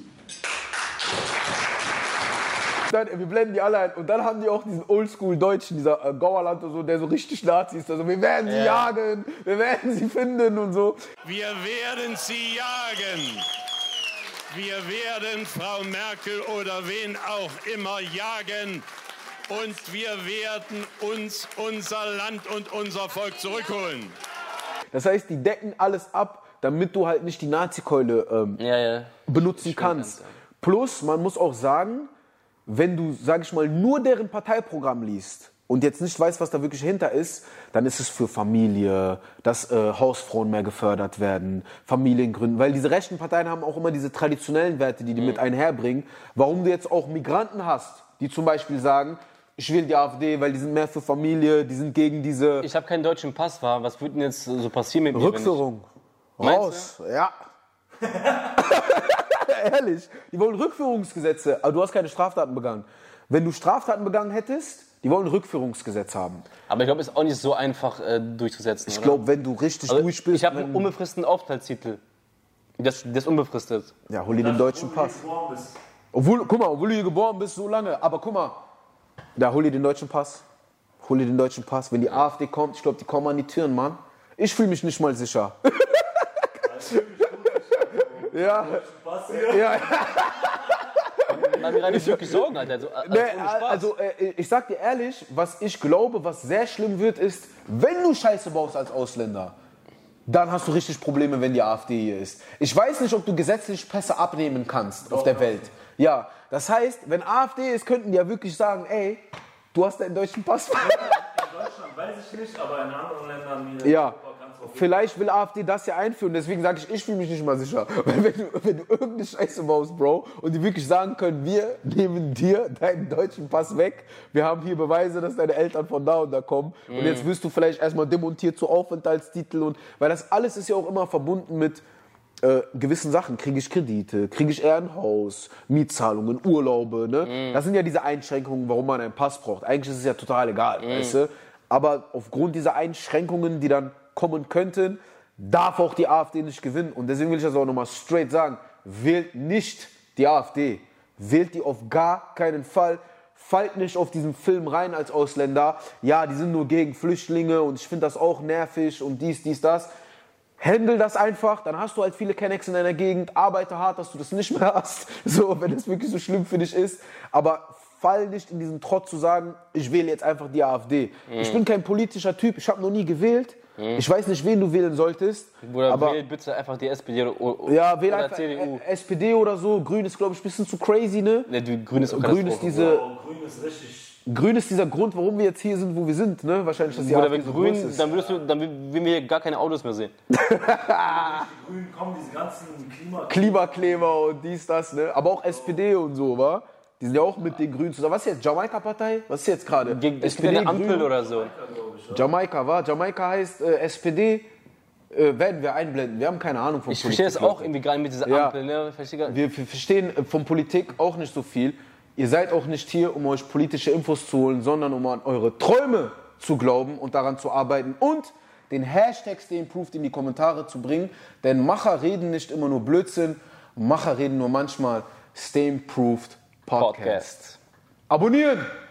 Wir blenden die alle ein und dann haben die auch diesen Oldschool-Deutschen, dieser Gauerland und so, der so richtig Nazi ist. Also wir werden sie jagen, wir werden sie finden und so.
Wir werden sie jagen. Wir werden Frau Merkel oder wen auch immer jagen. Und wir werden uns unser Land und unser Volk zurückholen.
Das heißt, die decken alles ab, damit du halt nicht die Nazi-Keule benutzen kannst. Plus, man muss auch sagen, wenn du, sag ich mal, nur deren Parteiprogramm liest und jetzt nicht weißt, was da wirklich hinter ist, dann ist es für Familie, dass Hausfrauen mehr gefördert werden, Familiengründen. Weil diese rechten Parteien haben auch immer diese traditionellen Werte, die mit einherbringen. Warum du jetzt auch Migranten hast, die zum Beispiel sagen, ich will die AfD, weil die sind mehr für Familie, die sind gegen diese...
Ich habe keinen deutschen Pass, was würde denn jetzt so passieren mit mir?
Rückführung. Raus, ja. Ehrlich, die wollen Rückführungsgesetze, aber du hast keine Straftaten begangen. Wenn du Straftaten begangen hättest, die wollen ein Rückführungsgesetz haben.
Aber ich glaube, es ist auch nicht so einfach durchzusetzen.
Ich glaube, wenn du richtig durch bist...
Ich habe einen unbefristeten Aufenthaltstitel. Das ist unbefristet.
Ja, hol dir den deutschen Pass. Obwohl du hier geboren bist, so lange. Aber guck mal, da hol dir den deutschen Pass. Hol dir den deutschen Pass. Wenn die AfD kommt, ich glaube, die kommen an die Türen, Mann. Ich fühle mich nicht mal sicher. Ja. Ja.
Ich wirklich Sorgen, Alter.
Also ich sag dir ehrlich, was ich glaube, was sehr schlimm wird, ist, wenn du Scheiße baust als Ausländer, dann hast du richtig Probleme, wenn die AfD hier ist. Ich weiß nicht, ob du gesetzlich Pässe abnehmen kannst auf der Welt. Ja, das heißt, wenn AfD ist, könnten die ja wirklich sagen, ey, du hast deinen deutschen Pass.
In Deutschland weiß ich nicht, aber in anderen Ländern...
Ja. Vielleicht will AfD das ja einführen, deswegen sage ich fühle mich nicht mal sicher. Weil wenn du irgendeine Scheiße baust, Bro, und die wirklich sagen können, wir nehmen dir deinen deutschen Pass weg, wir haben hier Beweise, dass deine Eltern von da und da kommen und jetzt wirst du vielleicht erstmal demontiert zu Aufenthaltstitel und weil das alles ist ja auch immer verbunden mit gewissen Sachen. Kriege ich Kredite, kriege ich eher ein Haus, Mietzahlungen, Urlaube, ne? Das sind ja diese Einschränkungen, warum man einen Pass braucht. Eigentlich ist es ja total egal, weißt du? Aber aufgrund dieser Einschränkungen, die dann kommen könnten, darf auch die AfD nicht gewinnen. Und deswegen will ich das auch nochmal straight sagen. Wählt nicht die AfD. Wählt die auf gar keinen Fall. Fallt nicht auf diesen Film rein als Ausländer. Ja, die sind nur gegen Flüchtlinge und ich finde das auch nervig und dies, das. Handle das einfach, dann hast du halt viele Kennex in deiner Gegend. Arbeite hart, dass du das nicht mehr hast, so, wenn es wirklich so schlimm für dich ist. Aber fall nicht in diesen Trott zu sagen, ich wähle jetzt einfach die AfD. Ich bin kein politischer Typ, ich habe noch nie gewählt. Ich weiß nicht, wen du wählen solltest.
Oder wähl bitte einfach die SPD
ja, wähl
oder
einfach
CDU.
SPD oder so. Grün ist, glaube ich, ein bisschen zu crazy, ne?
Grün ist auch
Grün ist Grün ist dieser Grund, warum wir jetzt hier sind, wo wir sind, ne? Wahrscheinlich, dass die AfD so
Grün,
groß ist.
dann würden wir hier gar keine Autos mehr sehen.
Die Grünen kommen, diese ganzen
Klimakleber und dies, das, ne? Aber auch SPD und so, wa? Die sind ja auch mit den Grünen zusammen. Was ist jetzt? Jamaika-Partei? Was ist jetzt gerade?
SPD, eine Ampel oder so.
Jamaika, wa? Jamaika heißt SPD. Werden wir einblenden. Wir haben keine Ahnung von Politik.
Ich verstehe das auch irgendwie gerade mit dieser Ampel.
Ja. Ne? Wir verstehen von Politik auch nicht so viel. Ihr seid auch nicht hier, um euch politische Infos zu holen, sondern um an eure Träume zu glauben und daran zu arbeiten und den Hashtag StayImproved in die Kommentare zu bringen. Denn Macher reden nicht immer nur Blödsinn, Macher reden nur manchmal StayImproved Podcast. Abonnieren!